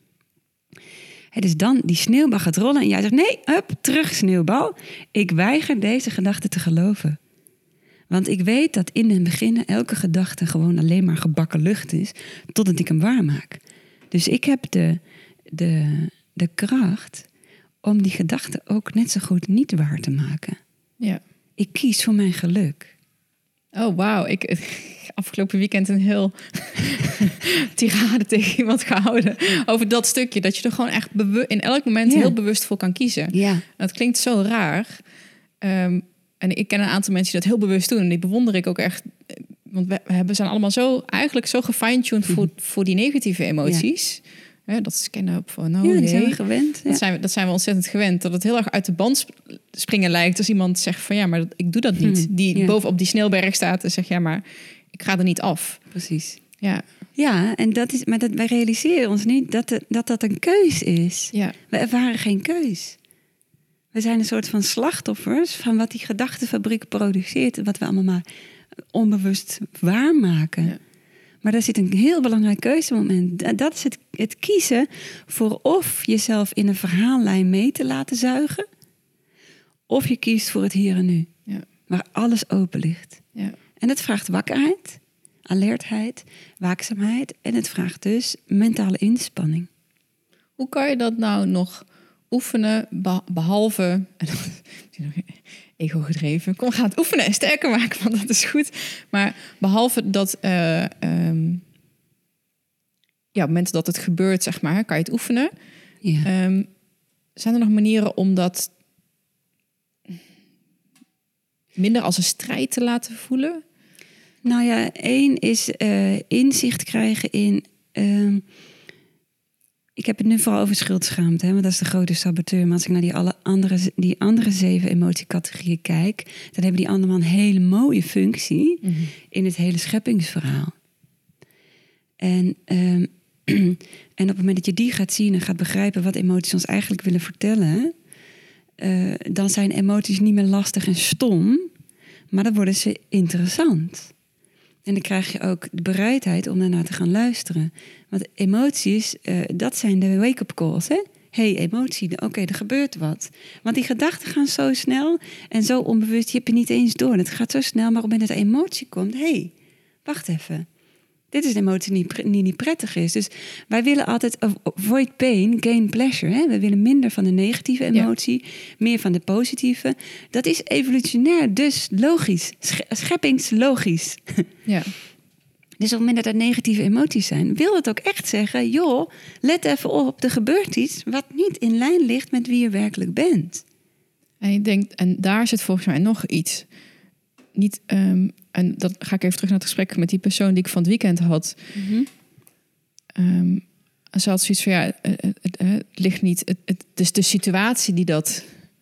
He, dus dan die sneeuwbal gaat rollen en jij zegt... nee, hup, terug sneeuwbal. Ik weiger deze gedachte te geloven. Want ik weet dat in het begin elke gedachte gewoon alleen maar gebakken lucht is... totdat ik hem waarmaak. Dus ik heb de, de, de kracht om die gedachte ook net zo goed niet waar te maken. Ja. Ik kies voor mijn geluk. Oh, wauw. Ik afgelopen weekend een heel tirade tegen iemand gehouden over dat stukje. Dat je er gewoon echt bewu- in elk moment Ja. heel bewust voor kan kiezen. Ja. Dat klinkt zo raar. Um, en ik ken een aantal mensen die dat heel bewust doen. En die bewonder ik ook echt. Want we, we hebben- zijn allemaal zo eigenlijk zo gefine-tuned voor, voor die negatieve emoties. Ja. Dat scannen op van, oh Ja, die zijn we jee. gewend. Ja. Dat, zijn we, dat zijn we ontzettend gewend. Dat het heel erg uit de band sp- springen lijkt als iemand zegt van ja, maar dat, ik doe dat niet. Hmm, Die ja. bovenop die sneeuwberg staat en zegt ja, maar ik ga er niet af. Precies. Ja, Ja, en dat is, maar dat, wij realiseren ons niet dat, het, dat dat een keus is. ja, We ervaren geen keus. We zijn een soort van slachtoffers van wat die gedachtenfabriek produceert. Wat we allemaal maar onbewust waarmaken. Ja. Maar daar zit een heel belangrijk keuzemoment. Dat is het, het kiezen voor of jezelf in een verhaallijn mee te laten zuigen. Of je kiest voor het hier en nu. ja, Waar alles open ligt. ja. En dat vraagt wakkerheid, alertheid, waakzaamheid. En het vraagt dus mentale inspanning. Hoe kan je dat nou nog oefenen, beh- behalve... ego gedreven. Kom, we gaan het oefenen en sterker maken, want dat is goed. Maar behalve dat... eh, ehm, ja, op het moment dat het gebeurt, zeg maar, kan je het oefenen. Ja. Ehm, zijn er nog manieren om dat minder als een strijd te laten voelen? Nou ja, één is uh, inzicht krijgen in... Uh, ik heb het nu vooral over schuldschaamte, hè, want dat is de grote saboteur. Maar als ik naar die, alle andere, die andere zeven emotiecategorieën kijk... dan hebben die allemaal een hele mooie functie mm-hmm. in het hele scheppingsverhaal. En, um, en op het moment dat je die gaat zien en gaat begrijpen... wat emoties ons eigenlijk willen vertellen... Uh, dan zijn emoties niet meer lastig en stom... maar dan worden ze interessant. En dan krijg je ook de bereidheid om daarnaar te gaan luisteren. Want emoties, uh, dat zijn de wake-up calls. Hé, hey, emotie, oké, okay, er gebeurt wat. Want die gedachten gaan zo snel en zo onbewust, je hebt het niet eens door. Het gaat zo snel, maar op het moment dat er emotie komt... hé, hey, wacht even. Dit is een emotie die niet, die niet prettig is. Dus wij willen altijd avoid pain, gain pleasure. Hè? We willen minder van de negatieve emotie, ja. meer van de positieve. Dat is evolutionair, dus logisch. Scheppingslogisch. Ja. Dus op het moment dat er negatieve emoties zijn... wil het ook echt zeggen... joh, let even op, er gebeurt iets... wat niet in lijn ligt met wie je werkelijk bent. En ik denk, en daar zit volgens mij nog iets... Niet, um, en dat ga ik even terug naar het gesprek met die persoon die ik van het weekend had. Mm-hmm. Um, ze had zoiets van, ja, het, het, het, het ligt niet... Het, het, dus de situatie die dat...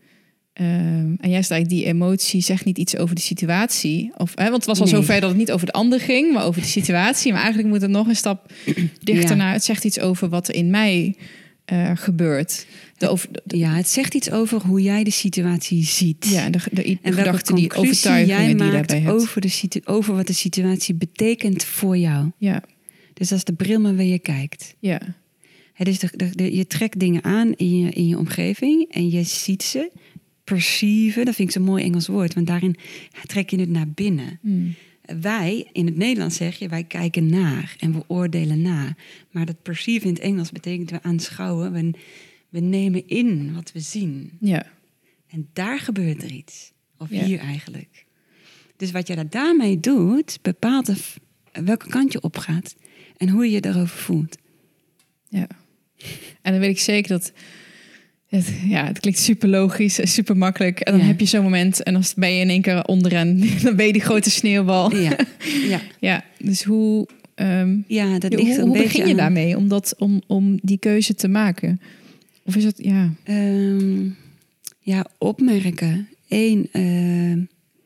Um, en juist eigenlijk die emotie zegt niet iets over de situatie. Of, hè, want het was al nee. zover dat het niet over de ander ging... maar over de situatie. Maar eigenlijk moet het nog een stap dichter ja. naar... Het zegt iets over wat er in mij uh, gebeurt... De over, de, ja, het zegt iets over hoe jij de situatie ziet. Ja, de, de, de en gedachten, die overtuigingen jij die je maakt daarbij hebt. Over, de situ- over wat de situatie betekent voor jou. Ja. Dus dat is de bril maar waar je kijkt. Ja. He, dus de, de, de, je trekt dingen aan in je, in je omgeving en je ziet ze, perceiven. Dat vind ik zo'n mooi Engels woord, want daarin trek je het naar binnen. Hmm. Wij, in het Nederlands zeg je, wij kijken naar en we oordelen na. Maar dat perceive in het Engels betekent we aanschouwen... We, We nemen in wat we zien. Ja. En daar gebeurt er iets. Of ja. hier eigenlijk. Dus wat je daarmee doet, bepaalt of, welke kant je opgaat en hoe je je daarover voelt. Ja. En dan weet ik zeker dat... Het, ja, het klinkt super logisch en super makkelijk. En dan ja. heb je zo'n moment en dan ben je in één keer onderaan. Dan ben je die grote sneeuwbal. Ja, ja. ja dus hoe... Um, ja, dat ja, ligt hoe, een hoe beetje begin je aan... daarmee om, dat, om, om die keuze te maken? Of is het, ja... Um, ja, opmerken. Eén, uh,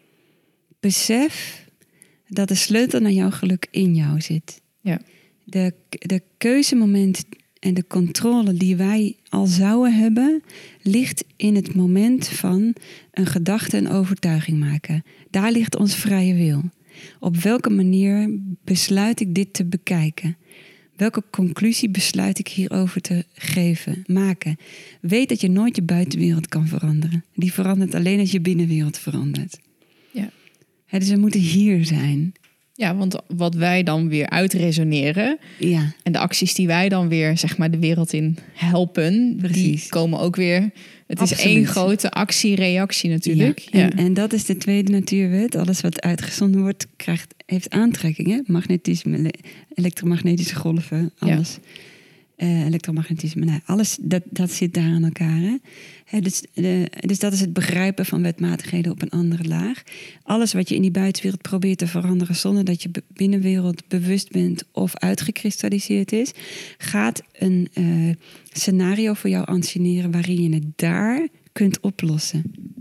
besef dat de sleutel naar jouw geluk in jou zit. Ja. De, de keuzemoment en de controle die wij al zouden hebben, ligt in het moment van een gedachte en overtuiging maken. Daar ligt ons vrije wil. Op welke manier besluit ik dit te bekijken? Welke conclusie besluit ik hierover te geven, maken? Weet dat je nooit je buitenwereld kan veranderen. Die verandert alleen als je binnenwereld verandert. Ja. He, dus we moeten hier zijn. Ja, want wat wij dan weer uitresoneren... Ja. en de acties die wij dan weer zeg maar de wereld in helpen... Precies. Die komen ook weer... Het Absoluut. is één grote actie-reactie natuurlijk. Ja. Ja. En, en dat is de tweede natuurwet. Alles wat uitgezonden wordt, krijgt, heeft aantrekkingen. Magnetisme, elektromagnetische golven, alles. Ja. Uh, elektromagnetisme, nee, alles dat, dat zit daar aan elkaar. Hè? He, dus, uh, dus dat is het begrijpen van wetmatigheden op een andere laag. Alles wat je in die buitenwereld probeert te veranderen... zonder dat je binnenwereld bewust bent of uitgekristalliseerd is... gaat een uh, scenario voor jou anseneren... waarin je het daar kunt oplossen.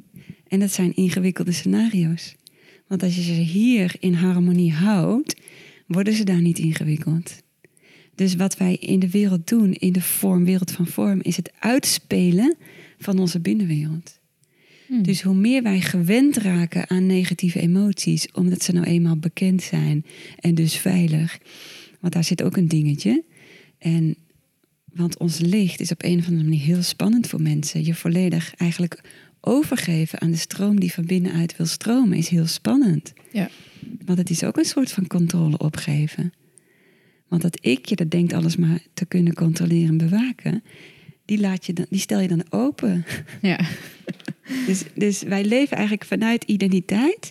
En dat zijn ingewikkelde scenario's. Want als je ze hier in harmonie houdt... worden ze daar niet ingewikkeld. Dus wat wij in de wereld doen, in de vorm, wereld van vorm... is het uitspelen van onze binnenwereld. Hmm. Dus hoe meer wij gewend raken aan negatieve emoties... omdat ze nou eenmaal bekend zijn en dus veilig... want daar zit ook een dingetje. En, want ons licht is op een of andere manier heel spannend voor mensen. Je volledig eigenlijk overgeven aan de stroom die van binnenuit wil stromen... is heel spannend. Ja. Want het is ook een soort van controle opgeven... Want dat ikje dat denkt alles maar te kunnen controleren en bewaken... die, laat je dan, die stel je dan open. Ja. Dus, dus wij leven eigenlijk vanuit identiteit...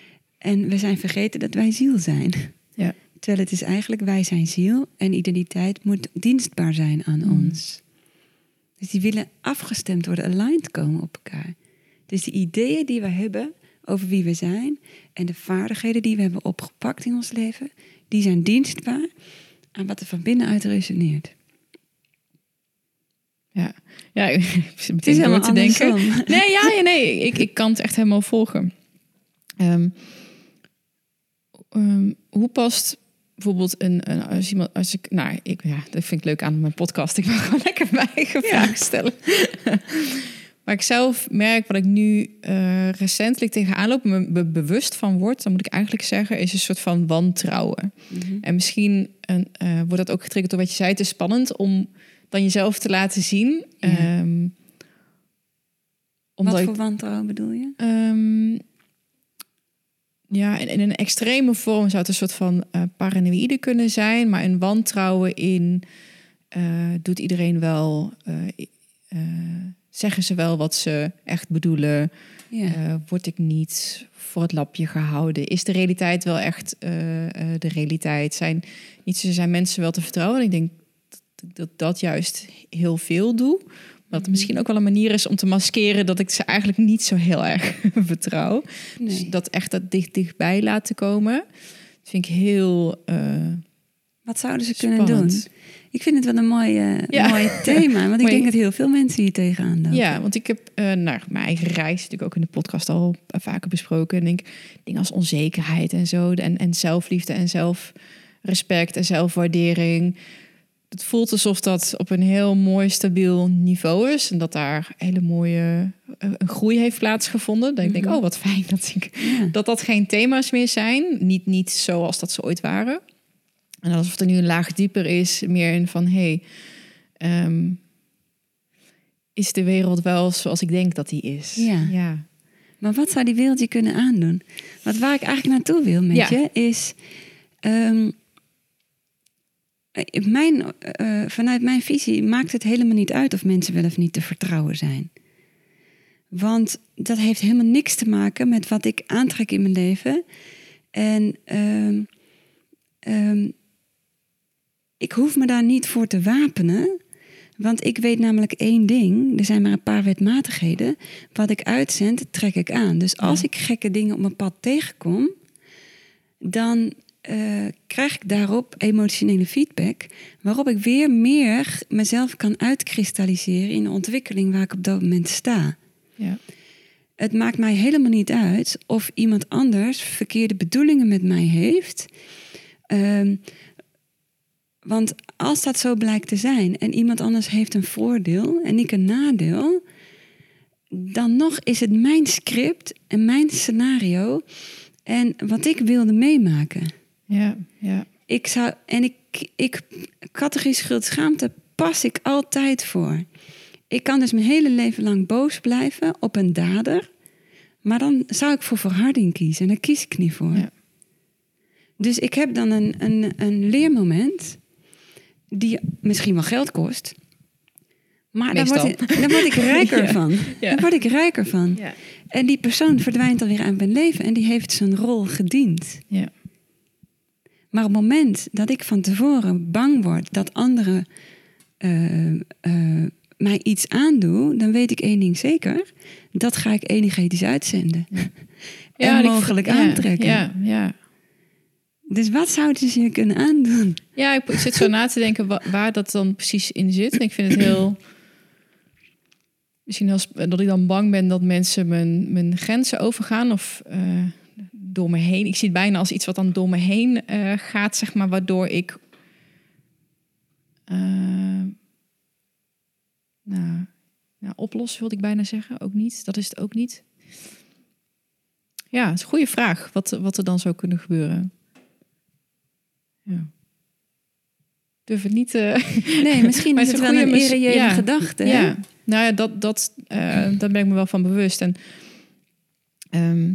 en we zijn vergeten dat wij ziel zijn. Ja. Terwijl het is eigenlijk wij zijn ziel... en identiteit moet dienstbaar zijn aan mm. ons. Dus die willen afgestemd worden, aligned komen op elkaar. Dus die ideeën die we hebben over wie we zijn... en de vaardigheden die we hebben opgepakt in ons leven... die zijn dienstbaar aan wat er van binnenuit resoneert. Ja, ja ik zit meteen door te denken. Nee, ja, ja, nee, ik, ik kan het echt helemaal volgen. Um, um, hoe past bijvoorbeeld een, een als iemand, als ik, nou, ik, ja, dat vind ik leuk aan mijn podcast. Ik mag gewoon lekker mijn eigen ja. vragen stellen. Maar ik zelf merk wat ik nu uh, recentelijk tegenaan loop, me be- bewust van word, dan moet ik eigenlijk zeggen, is een soort van wantrouwen. Mm-hmm. En misschien een, uh, wordt dat ook getriggerd door wat je zei. Het is spannend om dan jezelf te laten zien. Ja. Um, wat voor wantrouwen bedoel je? Um, ja, in, in een extreme vorm zou het een soort van uh, paranoïde kunnen zijn, maar een wantrouwen in uh, doet iedereen wel. Uh, uh, Zeggen ze wel wat ze echt bedoelen? Ja. Uh, word ik niet voor het lapje gehouden? Is de realiteit wel echt uh, uh, de realiteit? Zijn, niet zo zijn mensen wel te vertrouwen? En ik denk dat, dat dat juist heel veel doe. Maar dat het misschien ook wel een manier is om te maskeren... dat ik ze eigenlijk niet zo heel erg vertrouw. Nee. Dus dat echt dat dicht, dichtbij laten komen. Dat vind ik heel uh, Wat zouden ze spannend. kunnen doen? Ik vind het wel een mooi, uh, ja. mooi thema. Want ik denk dat heel veel mensen hier tegenaan lopen. Ja, want ik heb uh, nou, mijn eigen reis natuurlijk ook in de podcast al vaker besproken. En denk dingen als onzekerheid en zo. En, en zelfliefde en zelfrespect en zelfwaardering. Het voelt alsof dat op een heel mooi, stabiel niveau is. En dat daar hele mooie uh, een groei heeft plaatsgevonden. Dat mm-hmm. ik denk, oh wat fijn dat, ik, ja. dat dat geen thema's meer zijn. Niet, niet zoals dat ze ooit waren. En alsof er nu een laag dieper is, meer in van... hé, hey, um, is de wereld wel zoals ik denk dat die is? Ja. ja. Maar wat zou die wereld je kunnen aandoen? Want waar ik eigenlijk naartoe wil met ja. je is... Um, mijn, uh, vanuit mijn visie maakt het helemaal niet uit... of mensen wel of niet te vertrouwen zijn. Want dat heeft helemaal niks te maken met wat ik aantrek in mijn leven. En um, um, ik hoef me daar niet voor te wapenen. Want ik weet namelijk één ding. Er zijn maar een paar wetmatigheden. Wat ik uitzend, trek ik aan. Dus als ja. ik gekke dingen op mijn pad tegenkom, dan uh, krijg ik daarop emotionele feedback, waarop ik weer meer mezelf kan uitkristalliseren in de ontwikkeling waar ik op dat moment sta. Ja. Het maakt mij helemaal niet uit of iemand anders verkeerde bedoelingen met mij heeft. Um, want als dat zo blijkt te zijn en iemand anders heeft een voordeel en ik een nadeel, dan nog is het mijn script en mijn scenario en wat ik wilde meemaken. Ja, ja. Ik zou, en ik, ik, categorie schuld-schaamte pas ik altijd voor. Ik kan dus mijn hele leven lang boos blijven op een dader, maar dan zou ik voor verharding kiezen en daar kies ik niet voor. Ja. Dus ik heb dan een, een, een leermoment die misschien wel geld kost, maar daar word, ik, daar word ik rijker ja. van. Ja. Daar word ik rijker van. Ja. En die persoon verdwijnt alweer uit mijn leven en die heeft zijn rol gediend. Ja. Maar op het moment dat ik van tevoren bang word dat anderen uh, uh, mij iets aandoen, dan weet ik één ding zeker: dat ga ik energetisch uitzenden. Ja. en ja, mogelijk ik, aantrekken. Ja, ja, ja. Dus wat zouden ze je kunnen aandoen? Ja, ik, ik zit zo na te denken waar, waar dat dan precies in zit. En ik vind het heel... Misschien als, dat ik dan bang ben dat mensen mijn, mijn grenzen overgaan of uh, door me heen. Ik zie het bijna als iets wat dan door me heen uh, gaat, zeg maar, waardoor ik... Uh, nou, nou, oplossen wilde ik bijna zeggen. Ook niet. Dat is het ook niet. Ja, het is een goede vraag. Wat, wat er dan zou kunnen gebeuren. Ja. Durf het niet te... Nee, misschien is het wel een irreële ja, gedachte. Ja, hè? Nou ja, dat, dat, uh, daar ben ik me wel van bewust. En um,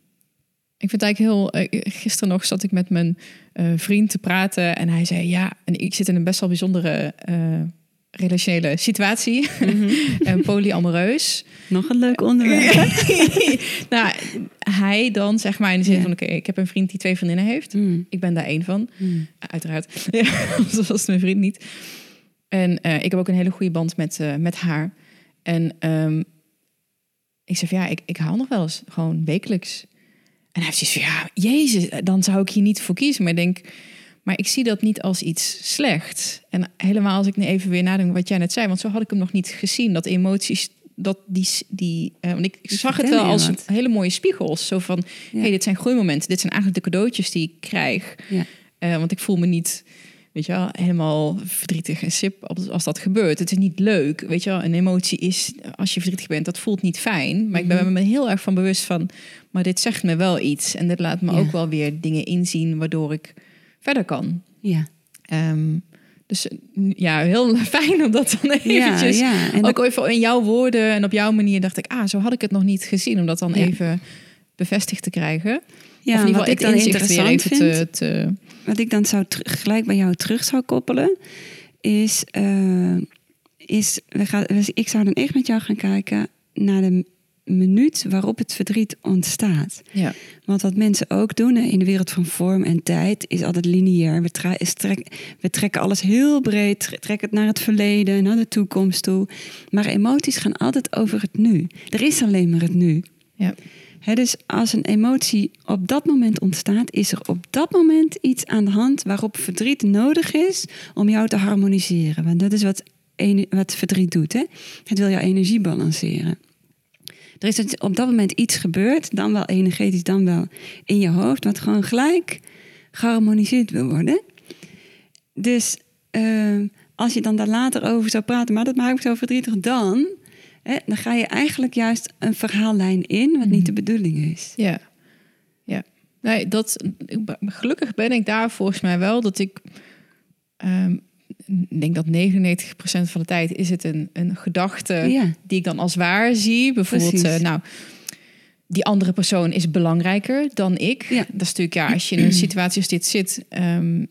ik vind het eigenlijk heel... Uh, gisteren nog zat ik met mijn uh, vriend te praten en hij zei... Ja, en ik zit in een best wel bijzondere uh, relationele situatie. Mm-hmm. en polyamoreus. Nog een leuk onderwerp. nou, hij dan, zeg maar, in de zin yeah. van... Oké, okay, ik heb een vriend die twee vriendinnen heeft. Mm. Ik ben daar één van. Mm. Uiteraard. Zoals ja, mijn vriend niet. En uh, ik heb ook een hele goede band met, uh, met haar. En um, ik zeg van, ja, ik, ik haal nog wel eens. Gewoon wekelijks. En hij heeft zoiets van, ja, jezus, dan zou ik hier niet voor kiezen. Maar ik denk... Maar ik zie dat niet als iets slechts. En helemaal als ik nu even weer nadenk wat jij net zei... want zo had ik hem nog niet gezien, dat emoties... dat die, die uh, want ik zag het wel als wat. hele mooie spiegels. Zo van, ja. hey, dit zijn groeimomenten. Dit zijn eigenlijk de cadeautjes die ik krijg. Ja. Uh, want ik voel me niet, weet je wel, helemaal verdrietig en sip als dat gebeurt. Het is niet leuk, weet je wel. Een emotie is, als je verdrietig bent, dat voelt niet fijn. Maar mm-hmm. ik ben me heel erg van bewust van... maar dit zegt me wel iets. En dit laat me ja. ook wel weer dingen inzien... waardoor ik verder kan. Ja. Um, dus ja, heel fijn om dat dan eventjes... Ja, ja. En ook dat... even in jouw woorden en op jouw manier dacht ik... ah, zo had ik het nog niet gezien. Om dat dan ja. even bevestigd te krijgen. Ja, of in ieder geval ik dan interessant weer even vind... Te, te... Wat ik dan zou ter- gelijk bij jou terug zou koppelen... is... Uh, is we gaan, ik zou dan echt met jou gaan kijken... naar de minuut waarop het verdriet ontstaat. Ja. Want wat mensen ook doen in de wereld van vorm en tijd... is altijd lineair. We, tra- is trek- we trekken alles heel breed. Trekken het naar het verleden, naar de toekomst toe. Maar emoties gaan altijd over het nu. Er is alleen maar het nu. Ja. He, dus als een emotie op dat moment ontstaat... is er op dat moment iets aan de hand... waarop verdriet nodig is om jou te harmoniseren. Want dat is wat, ene- wat verdriet doet. Hè? Het wil jouw energie balanceren. Er is op dat moment iets gebeurd, dan wel energetisch, dan wel in je hoofd... wat gewoon gelijk geharmoniseerd wil worden. Dus uh, als je dan daar later over zou praten... maar dat maakt me zo verdrietig dan... Hè, dan ga je eigenlijk juist een verhaallijn in... wat niet de bedoeling is. Ja, ja. Nee, dat, gelukkig ben ik daar volgens mij wel... dat ik... Um, Ik denk dat negenennegentig procent van de tijd is het een, een gedachte ja. die ik dan als waar zie. Bijvoorbeeld, uh, nou, die andere persoon is belangrijker dan ik. Ja. Dat is natuurlijk, ja, als je in een situatie als dit zit, um,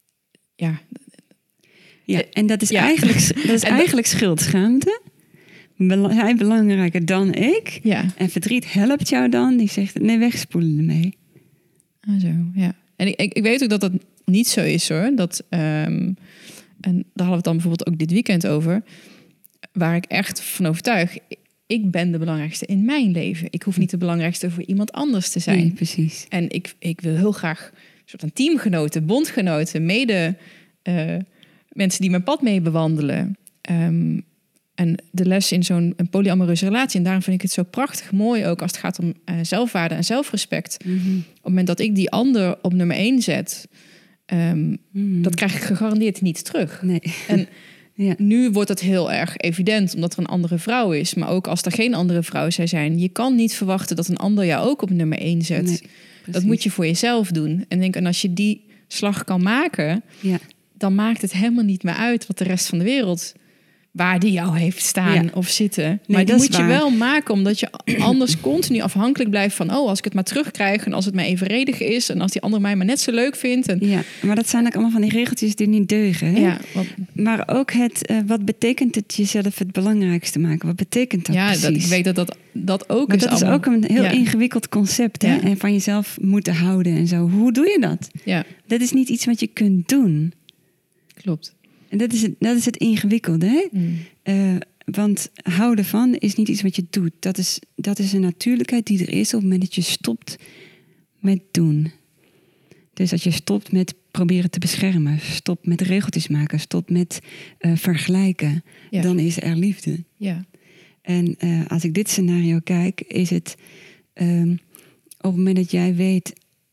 ja. Ja, en dat is ja. eigenlijk, dat is eigenlijk schuldschaamte. bela- hij belangrijker dan ik. Ja. En verdriet helpt jou dan. Die zegt, nee, wegspoelen ermee. Ah, zo, ja. En ik, ik, ik weet ook dat dat niet zo is, hoor. Dat, um, en daar hadden we het dan bijvoorbeeld ook dit weekend over. Waar ik echt van overtuig. Ik ben de belangrijkste in mijn leven. Ik hoef niet de belangrijkste voor iemand anders te zijn. Nee, precies. En ik, ik wil heel graag een soort van teamgenoten, bondgenoten, mede uh, mensen die mijn pad mee bewandelen. Um, en de les in zo'n een polyamoreuze relatie. En daarom vind ik het zo prachtig mooi ook als het gaat om uh, zelfwaarde en zelfrespect. Mm-hmm. Op het moment dat ik die ander op nummer één zet, um, mm-hmm. dat krijg ik gegarandeerd niet terug. Nee. En ja. nu wordt het heel erg evident, omdat er een andere vrouw is. Maar ook als er geen andere vrouw zou zijn. Je kan niet verwachten dat een ander jou ook op nummer één zet. Nee, dat moet je voor jezelf doen. En denk, en als je die slag kan maken, ja. dan maakt het helemaal niet meer uit wat de rest van de wereld, waar die jou heeft staan ja. of zitten. Nee, maar die moet je waar. wel maken, omdat je anders continu afhankelijk blijft van, oh, als ik het maar terugkrijg en als het mij evenredig is en als die ander mij maar net zo leuk vindt. En ja, maar dat zijn ook allemaal van die regeltjes die niet deugen. Hè? Ja, wat... Maar ook het, uh, wat betekent het jezelf het belangrijkste maken? Wat betekent dat ja, precies? Ja, ik weet dat dat, dat ook maar is. dat allemaal... is ook een heel ja. ingewikkeld concept. Hè? Ja. En van jezelf moeten houden en zo. Hoe doe je dat? Ja. Dat is niet iets wat je kunt doen. Klopt. En dat is het, dat is het ingewikkelde. Hè? Mm. Uh, want houden van is niet iets wat je doet. Dat is, dat is een natuurlijkheid die er is op het moment dat je stopt met doen. Dus als je stopt met proberen te beschermen, stopt met regeltjes maken, stopt met uh, vergelijken, ja. dan is er liefde. Ja. En uh, als ik dit scenario kijk, is het um, op het moment dat jij weet,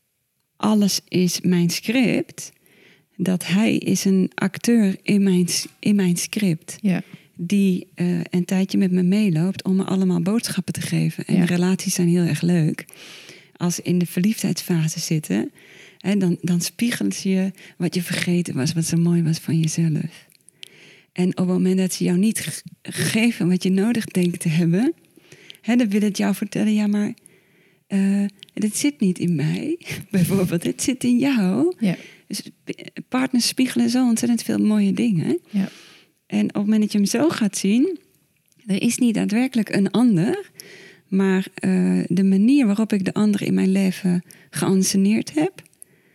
alles is mijn script, dat hij is een acteur in mijn, in mijn script. Ja. Die uh, een tijdje met me meeloopt om me allemaal boodschappen te geven. En ja. relaties zijn heel erg leuk. Als ze in de verliefdheidsfase zitten, hè, dan, dan spiegelen ze je wat je vergeten was, wat zo mooi was van jezelf. En op het moment dat ze jou niet g- geven wat je nodig denkt te hebben, hè, dan wil het jou vertellen, ja, maar uh, dit zit niet in mij, bijvoorbeeld. Het zit in jou. Ja. Dus partners spiegelen zo ontzettend veel mooie dingen. Ja. En op het moment dat je hem zo gaat zien, er is niet daadwerkelijk een ander, maar uh, de manier waarop ik de ander in mijn leven geanceneerd heb,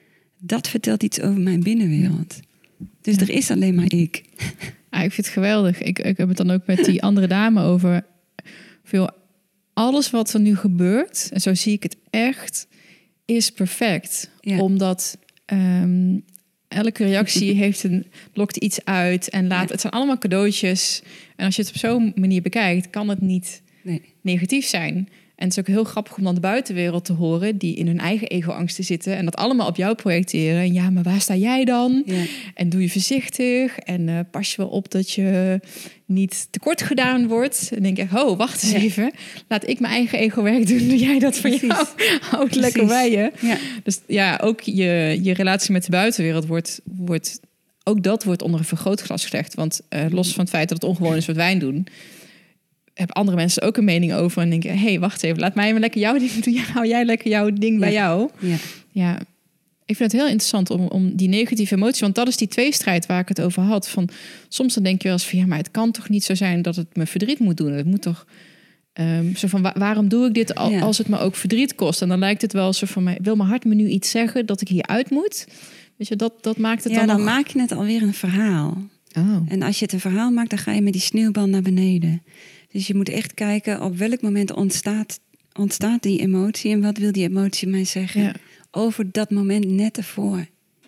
dat vertelt iets over mijn binnenwereld. Dus ja. er is alleen maar ik. Ah, ik vind het geweldig. Ik, ik heb het dan ook met die andere dame over veel. Alles wat er nu gebeurt, en zo zie ik het echt, is perfect. Ja. Omdat um, elke reactie heeft een, lokt iets uit en laat. Ja. Het zijn allemaal cadeautjes. En als je het op zo'n manier bekijkt, kan het niet nee. negatief zijn. En het is ook heel grappig om dan de buitenwereld te horen, die in hun eigen ego-angsten zitten en dat allemaal op jou projecteren. En ja, maar waar sta jij dan? Ja. En doe je voorzichtig en uh, pas je wel op dat je niet tekort gedaan wordt. En denk je, oh, wacht eens ja. even. Laat ik mijn eigen ego-werk doen. Doe jij dat voor Precies. jou? Houd lekker bij je. Ja. Dus ja, ook je, je relatie met de buitenwereld wordt, wordt, ook dat wordt onder een vergrootglas gelegd. Want uh, los van het feit dat het ongewoon is wat wij doen, hebben andere mensen ook een mening over en denken, hé, hey, wacht even, laat mij maar lekker jouw ding doen. Hou jij lekker jouw ding ja. bij jou. Ja. ja, ik vind het heel interessant om, om die negatieve emotie, want dat is die tweestrijd waar ik het over had. Van, soms dan denk je wel eens van, ja, maar het kan toch niet zo zijn dat het me verdriet moet doen. Het moet toch, um, zo van, waar, waarom doe ik dit al, ja. als het me ook verdriet kost? En dan lijkt het wel zo van, mij, wil mijn hart me nu iets zeggen dat ik hier uit moet? Weet je, dat, dat maakt het ja, dan dan nog... maak je het alweer een verhaal. Oh. En als je het een verhaal maakt, dan ga je met die sneeuwbal naar beneden. Dus je moet echt kijken op welk moment ontstaat, ontstaat die emotie en wat wil die emotie mij zeggen ja. over dat moment net ervoor.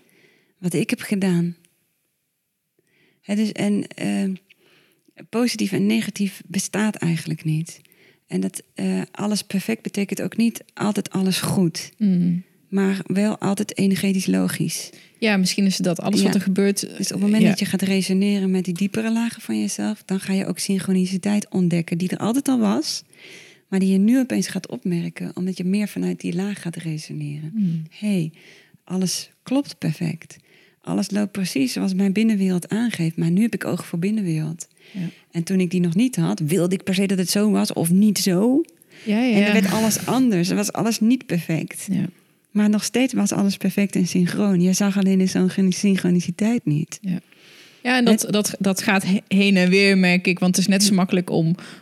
Wat ik heb gedaan. He, dus, en uh, positief en negatief bestaat eigenlijk niet. En dat uh, alles perfect betekent ook niet altijd alles goed. Mm. Maar wel altijd energetisch logisch. Ja, misschien is het dat. Alles ja. wat er gebeurt. Dus op het moment ja. dat je gaat resoneren met die diepere lagen van jezelf, dan ga je ook synchroniciteit ontdekken die er altijd al was, maar die je nu opeens gaat opmerken, omdat je meer vanuit die laag gaat resoneren. Mm. Hé, hey, alles klopt perfect. Alles loopt precies zoals mijn binnenwereld aangeeft, maar nu heb ik oog voor binnenwereld. Ja. En toen ik die nog niet had, wilde ik per se dat het zo was of niet zo. Ja, ja. En dan werd alles anders. Er was alles niet perfect. Ja. Maar nog steeds was alles perfect en synchroon. Je zag alleen de synchroniciteit niet. Ja, ja en dat, het... dat, dat gaat heen en weer, merk ik. Want het is net zo makkelijk om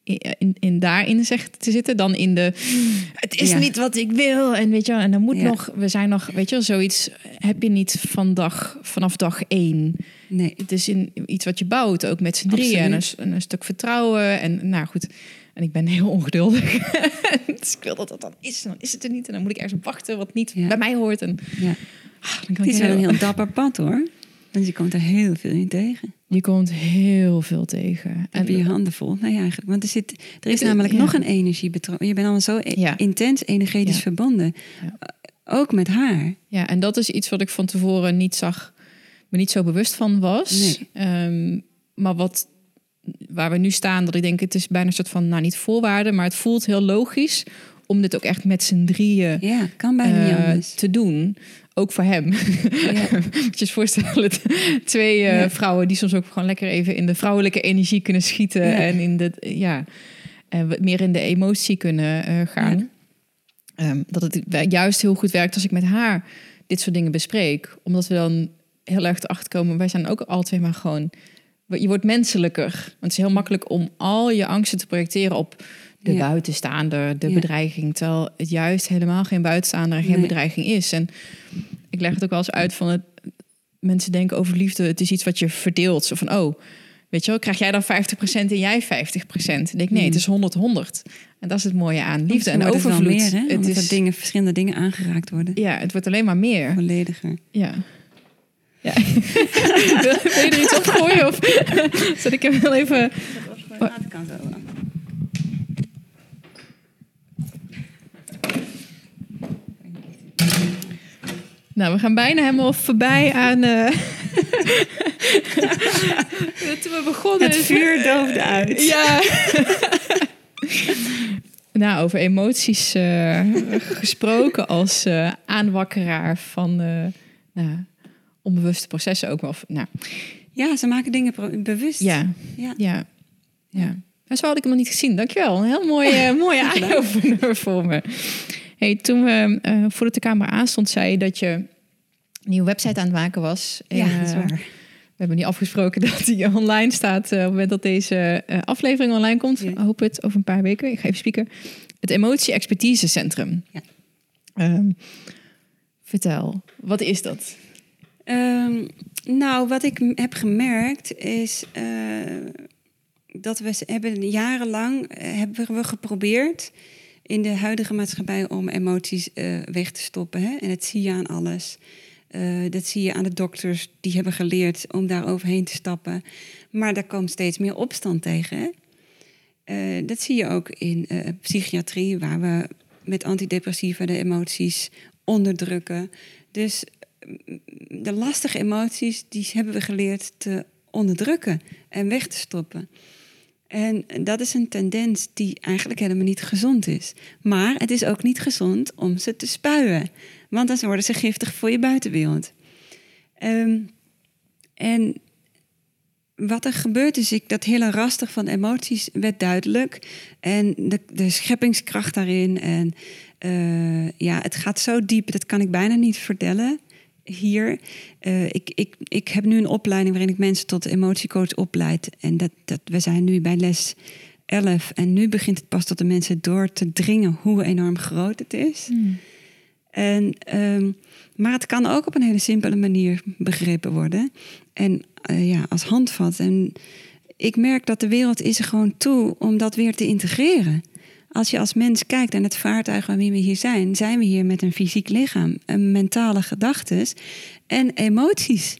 in, in daarin zegt te zitten dan in de het is ja. niet wat ik wil en weet je wel, en dan moet ja. nog we zijn nog weet je wel zoiets heb je niet van dag vanaf dag één. Nee. Het is in iets wat je bouwt ook met z'n drieën en een, en een stuk vertrouwen en nou goed. En ik ben heel ongeduldig. Dus ik wil dat dat dan is. En dan is het er niet. En dan moet ik ergens op wachten wat niet ja. bij mij hoort. En, ja. ah, dan kan het is ik wel een heel dapper pad hoor. Want je komt er heel veel in tegen. Je komt heel veel tegen. En je handen vol. Nee, eigenlijk. Want er, zit, er is namelijk ja. nog een energie betrokken. Je bent allemaal zo ja. intens energetisch ja. verbonden. Ja. Ook met haar. Ja, en dat is iets wat ik van tevoren niet zag. Me niet zo bewust van was. Nee. Um, maar wat... waar we nu staan, dat ik denk, het is bijna een soort van, nou niet voorwaarde, maar het voelt heel logisch om dit ook echt met z'n drieën ja, kan bijna uh, niet anders. te doen. Ook voor hem. Ja. Moet je je voorstellen, twee uh, ja. vrouwen die soms ook gewoon lekker even in de vrouwelijke energie kunnen schieten ja. en in de, ja, en wat meer in de emotie kunnen uh, gaan. Ja. Um, dat het juist heel goed werkt als ik met haar dit soort dingen bespreek. Omdat we dan heel erg erachter komen, wij zijn ook alle twee maar gewoon... Je wordt menselijker. Want het is heel makkelijk om al je angsten te projecteren op de ja. buitenstaander, de ja. bedreiging. Terwijl het juist helemaal geen buitenstaander en geen nee. bedreiging is. En ik leg het ook wel eens uit van het, mensen denken over liefde, het is iets wat je verdeelt. Zo van, oh, weet je wel, krijg jij dan vijftig procent en jij vijftig procent? Ik denk, nee, mm. het is honderd honderd. En dat is het mooie aan liefde en overvloed. Het, meer, hè? Het is dat dingen, verschillende dingen aangeraakt worden. Ja, het wordt alleen maar meer. Vollediger. Ja. Ja. Wil je er iets op gooien? Of zet ik hem wel even... Dat kan zo. Nou, we gaan bijna helemaal voorbij aan... Uh... Toen we begonnen... Het vuur doofde uit. Ja. Nou, over emoties uh, gesproken als uh, aanwakkeraar van... Uh, nou, onbewuste processen ook wel. Nou. Ja, ze maken dingen pro- bewust. Ja, ja, ja. ja. En zo had ik hem nog niet gezien. Dankjewel. Een heel mooie, ja, mooie eye-opener voor me. Hey, toen we uh, voordat de camera aanstond, zei je dat je een nieuwe website aan het maken was. Ja, en, dat is waar. Uh, we hebben nu afgesproken dat die online staat uh, op het moment dat deze uh, aflevering online komt. Ja. Ik hoop het over een paar weken. Ik ga even spieken. Het Emotie Expertise Centrum. Ja. Um, vertel, wat is dat? Um, nou, wat ik heb gemerkt is uh, dat we hebben jarenlang uh, hebben we geprobeerd in de huidige maatschappij om emoties uh, weg te stoppen. Hè? En dat zie je aan alles. Uh, dat zie je aan de dokters die hebben geleerd om daar overheen te stappen. Maar daar komt steeds meer opstand tegen. Hè? Uh, dat zie je ook in uh, psychiatrie, waar we met antidepressiva de emoties onderdrukken. Dus de lastige emoties, die hebben we geleerd te onderdrukken en weg te stoppen. En dat is een tendens die eigenlijk helemaal niet gezond is. Maar het is ook niet gezond om ze te spuien. Want dan worden ze giftig voor je buitenwereld. Um, en wat er gebeurt is, ik, dat hele raster van emoties werd duidelijk. En de, de scheppingskracht daarin. En uh, ja, het gaat zo diep, dat kan ik bijna niet vertellen hier. Uh, ik, ik, ik heb nu een opleiding waarin ik mensen tot emotiecoach opleid. En dat, dat, we zijn nu bij les elf. En nu begint het pas tot de mensen door te dringen hoe enorm groot het is. Mm. En, um, maar het kan ook op een hele simpele manier begrepen worden. En uh, ja, als handvat. En ik merk dat de wereld is er gewoon toe om dat weer te integreren. Als je als mens kijkt naar het vaartuig waarmee we hier zijn, zijn we hier met een fysiek lichaam, een mentale gedachtes en emoties.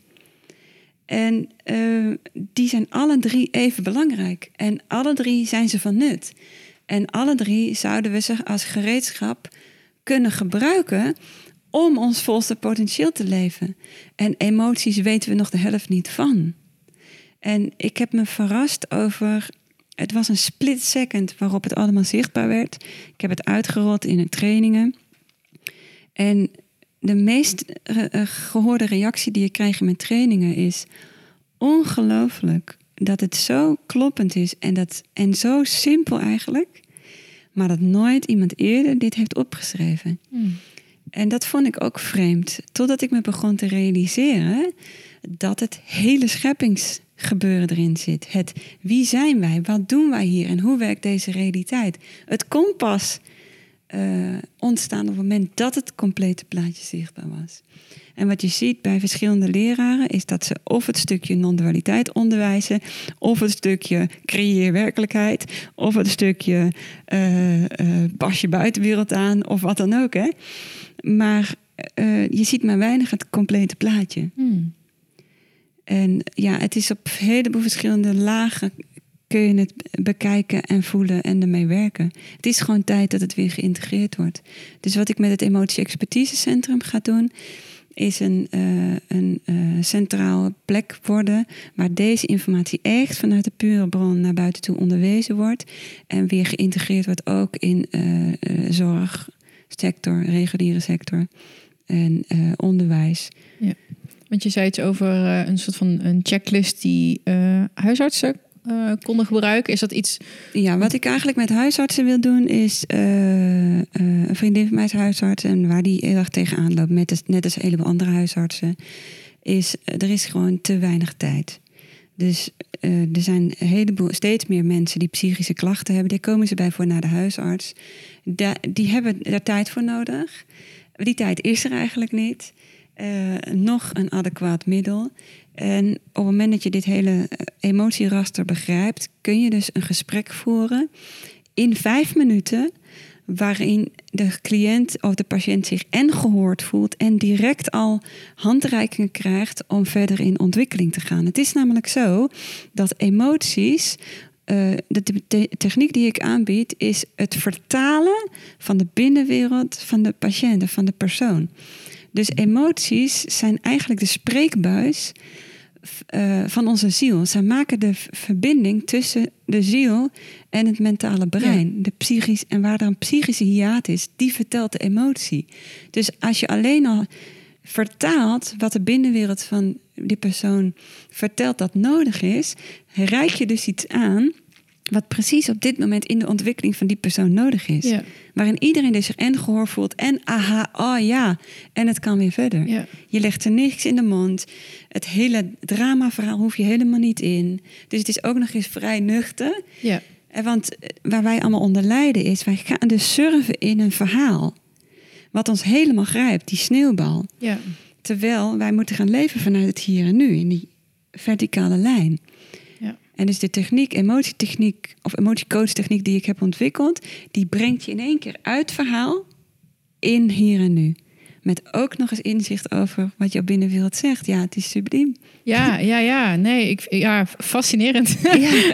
En uh, die zijn alle drie even belangrijk. En alle drie zijn ze van nut. En alle drie zouden we ze als gereedschap kunnen gebruiken om ons volste potentieel te leven. En emoties weten we nog de helft niet van. En ik heb me verrast over... Het was een split second waarop het allemaal zichtbaar werd. Ik heb het uitgerold in de trainingen. En de meest uh, gehoorde reactie die ik krijg in mijn trainingen is... ongelooflijk dat het zo kloppend is en, dat, en zo simpel eigenlijk... maar dat nooit iemand eerder dit heeft opgeschreven. Mm. En dat vond ik ook vreemd. Totdat ik me begon te realiseren... dat het hele scheppingsgebeuren erin zit. Het wie zijn wij, wat doen wij hier en hoe werkt deze realiteit. Het kon pas uh, ontstaan op het moment dat het complete plaatje zichtbaar was. En wat je ziet bij verschillende leraren is dat ze of het stukje non-dualiteit onderwijzen, of het stukje creëer werkelijkheid, of het stukje uh, uh, pas je buitenwereld aan, of wat dan ook. Hè? Maar uh, je ziet maar weinig het complete plaatje. Hmm. En ja, het is op een heleboel verschillende lagen kun je het bekijken en voelen en ermee werken. Het is gewoon tijd dat het weer geïntegreerd wordt. Dus wat ik met het Emotie-Expertisecentrum ga doen, is een, uh, een uh, centrale plek worden waar deze informatie echt vanuit de pure bron naar buiten toe onderwezen wordt en weer geïntegreerd wordt ook in uh, uh, zorgsector, reguliere sector en uh, onderwijs. Ja, want je zei iets over uh, een soort van een checklist die uh, huisartsen Uh, konden gebruiken. Is dat iets... Ja, wat ik eigenlijk met huisartsen wil doen is uh, uh, een vriendin van mij is huisarts en waar die heel erg tegenaan loopt, met de, net als een heleboel andere huisartsen, is uh, er is gewoon te weinig tijd. Dus uh, er zijn een heleboel, steeds meer mensen die psychische klachten hebben. Daar komen ze bij voor naar de huisarts. Da- die hebben daar tijd voor nodig. Die tijd is er eigenlijk niet. Uh, nog een adequaat middel. En op het moment dat je dit hele emotieraster begrijpt, kun je dus een gesprek voeren in vijf minuten, waarin de cliënt of de patiënt zich en gehoord voelt en direct al handreikingen krijgt om verder in ontwikkeling te gaan. Het is namelijk zo dat emoties, uh, de, de techniek die ik aanbied, is het vertalen van de binnenwereld van de patiënt, van de persoon. Dus emoties zijn eigenlijk de spreekbuis uh, van onze ziel. Zij maken de v- verbinding tussen de ziel en het mentale brein. Ja. De psychisch, en waar er een psychische hiaat is, die vertelt de emotie. Dus als je alleen al vertaalt wat de binnenwereld van die persoon vertelt dat nodig is, reik je dus iets aan wat precies op dit moment in de ontwikkeling van die persoon nodig is. Ja. Waarin iedereen dus zich en gehoor voelt en aha, oh ja, en het kan weer verder. Ja. Je legt er niks in de mond. Het hele dramaverhaal hoef je helemaal niet in. Dus het is ook nog eens vrij nuchter. Ja. Want waar wij allemaal onder lijden is, wij gaan dus surfen in een verhaal wat ons helemaal grijpt, die sneeuwbal. Ja. Terwijl wij moeten gaan leven vanuit het hier en nu, in die verticale lijn. En dus de techniek, emotietechniek of emotiecoachtechniek die ik heb ontwikkeld, die brengt je in één keer uit verhaal in hier en nu. Met ook nog eens inzicht over wat jouw binnenwereld zegt. Ja, het is subliem. Ja, ja, ja. Nee, ik, ja, fascinerend. Ja. Ja.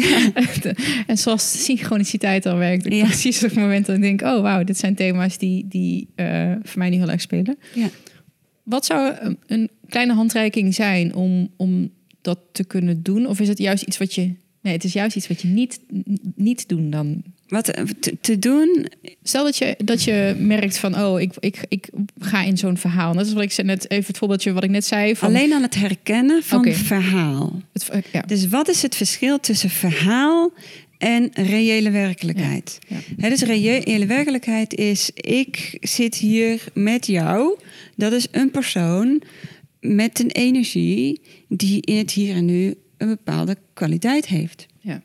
En zoals synchroniciteit al werkt. Ja. Precies op het moment dat ik denk, oh wauw, dit zijn thema's die, die uh, voor mij niet heel erg spelen. Ja. Wat zou een, een kleine handreiking zijn om... om dat te kunnen doen? Of is het juist iets wat je... Nee, het is juist iets wat je niet, niet doen dan. Wat te, te doen? Stel dat je, dat je merkt van... oh, ik, ik, ik ga in zo'n verhaal. Dat is wat ik zei net, even het voorbeeldje wat ik net zei. Van... Alleen aan het herkennen van okay. verhaal. Het, ja. Dus wat is het verschil tussen verhaal en reële werkelijkheid? Ja. Ja. He, dus reële werkelijkheid is... ik zit hier met jou. Dat is een persoon... met een energie die in het hier en nu een bepaalde kwaliteit heeft. Ja.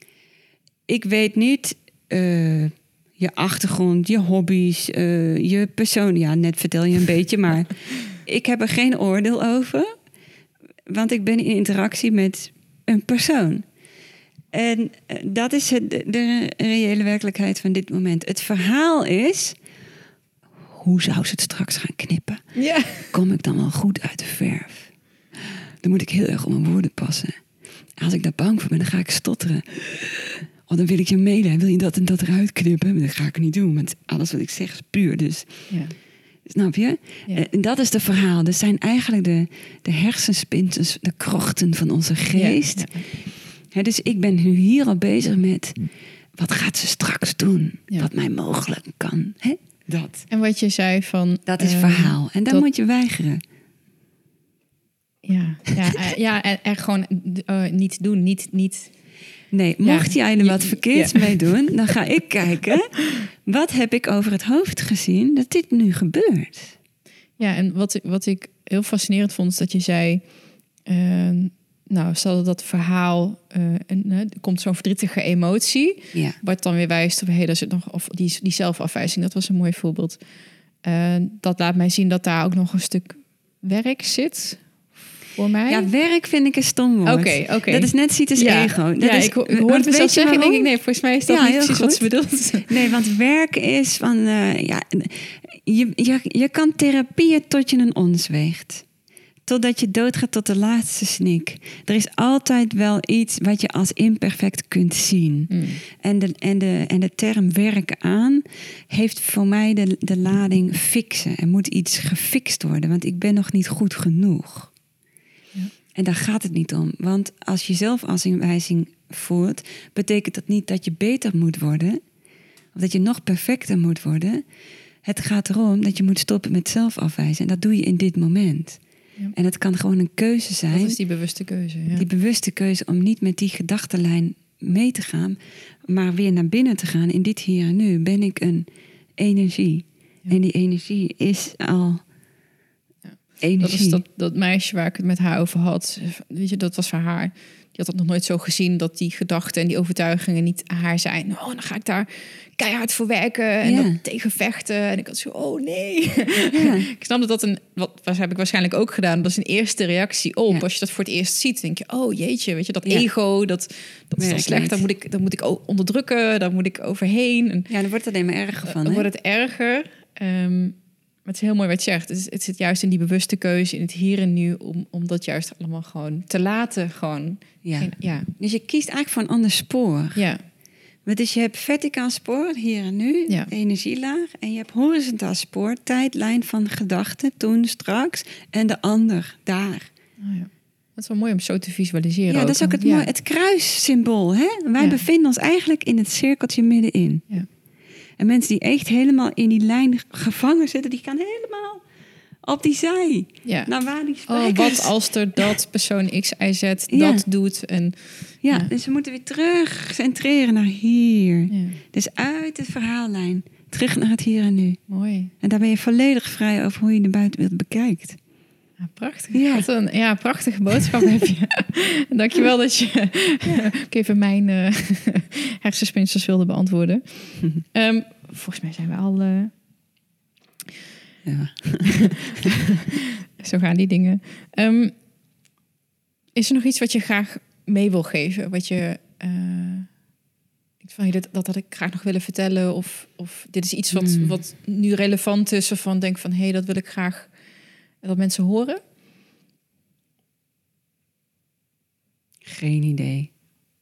Ik weet niet uh, je achtergrond, je hobby's, uh, je persoon. Ja, net vertel je een beetje, maar ik heb er geen oordeel over. Want ik ben in interactie met een persoon. En uh, dat is het, de, de reële werkelijkheid van dit moment. Het verhaal is... hoe zou ze het straks gaan knippen? Ja. Kom ik dan wel goed uit de verf? Dan moet ik heel erg op mijn woorden passen. Als ik daar bang voor ben, dan ga ik stotteren. Oh, dan wil ik je mailen. Wil je dat en dat eruit knippen? Maar dat ga ik niet doen. Want alles wat ik zeg is puur. Dus. Ja. Snap je? Ja. En dat is het verhaal. Dat zijn eigenlijk de, de hersenspinters, de krochten van onze geest. Ja. Ja. He, dus ik ben nu hier al bezig met... wat gaat ze straks doen? Ja. Wat mij mogelijk kan. He? Dat. En wat je zei van... Dat is uh, verhaal. En dan dat... moet je weigeren. Ja, ja, uh, ja en, en gewoon uh, niet doen. Niet, niet... Nee, mocht ja, jij er wat verkeerds ja. mee doen... dan ga ik kijken... wat heb ik over het hoofd gezien dat dit nu gebeurt? Ja, en wat, wat ik heel fascinerend vond, is dat je zei... Uh, nou, stel dat verhaal... Uh, en, uh, er komt zo'n verdrietige emotie... Ja. wat dan weer wijst op... Hey, daar zit nog, of die, die zelfafwijzing, dat was een mooi voorbeeld. Uh, dat laat mij zien dat daar ook nog een stuk werk zit... voor mij. Ja, werk vind ik een stom woord. Oké, okay, oké. Okay. Dat is net ziet als ja. ego. Dat ja, is, ik, ik hoorde het mezelf zeggen en denk ik... nee, volgens mij is dat ja, niet precies goed. wat ze bedoelt. Nee, want werk is van... Uh, ja, je, je, je kan therapieën tot je een ons weegt. Totdat je doodgaat tot de laatste snik. Er is altijd wel iets wat je als imperfect kunt zien. Mm. En, de, en, de, en de term werken aan heeft voor mij de, de lading fixen. Er moet iets gefixt worden, want ik ben nog niet goed genoeg. Ja. En daar gaat het niet om. Want als je zelfafwijzing voert, betekent dat niet dat je beter moet worden. Of dat je nog perfecter moet worden. Het gaat erom dat je moet stoppen met zelfafwijzen. En dat doe je in dit moment. Ja. En het kan gewoon een keuze zijn. Dat is die bewuste keuze. Ja. Die bewuste keuze om niet met die gedachtenlijn mee te gaan, maar weer naar binnen te gaan. In dit hier en nu ben ik een energie. Ja. En die energie is al ja. energie. Dat is dat, dat meisje waar ik het met haar over had. Weet je, dat was voor haar. Die had het nog nooit zo gezien dat die gedachten en die overtuigingen niet haar zijn. Oh, dan ga ik daar keihard voor werken en ja. tegen vechten. En ik had zo, oh nee. Ja. Ik snap dat dat een, wat, wat heb ik waarschijnlijk ook gedaan. Dat is een eerste reactie op. Ja. Als je dat voor het eerst ziet, denk je, oh jeetje, weet je, dat ja. ego, dat, dat is dan slecht. Dan moet ik, dan moet ik onderdrukken, dan moet ik overheen. En, ja, dan wordt het alleen maar erger van. Dan hè? wordt het erger. Um, Maar het is heel mooi wat je zegt. Het, is, het zit juist in die bewuste keuze, in het hier en nu, om, om dat juist allemaal gewoon te laten. Gewoon. Ja. Geen, ja. Dus je kiest eigenlijk voor een ander spoor. Ja. Maar dus je hebt verticaal spoor, hier en nu, ja. energielaag. En je hebt horizontaal spoor, tijdlijn van gedachten, toen, straks. En de ander, daar. Oh ja. Dat is wel mooi om zo te visualiseren. Ja, ook. dat is ook het, ja. mooi, het kruissymbool. Hè? Wij ja. bevinden ons eigenlijk in het cirkeltje middenin. Ja. En mensen die echt helemaal in die lijn gevangen zitten, die gaan helemaal op die zij. Ja. Naar waar die spijkers... Oh, wat als er dat persoon X, Y, Z dat ja. doet. En, ja, ja, dus we moeten weer terug centreren naar hier. Ja. Dus uit de verhaallijn, terug naar het hier en nu. Mooi. En daar ben je volledig vrij over hoe je de buitenwereld bekijkt. Ja, prachtig. Ja. Wat een ja, prachtige boodschap heb je. Dankjewel dat je ja. ook even mijn uh, hersenspinsels wilde beantwoorden. Um, volgens mij zijn we al... Uh... Ja. Zo gaan die dingen. Um, is er nog iets wat je graag mee wil geven? Wat je... Uh, van, hey, dat, dat had ik graag nog willen vertellen. Of, of dit is iets wat, mm. wat nu relevant is. Of van denk van, hé, hey, dat wil ik graag... dat mensen horen? Geen idee.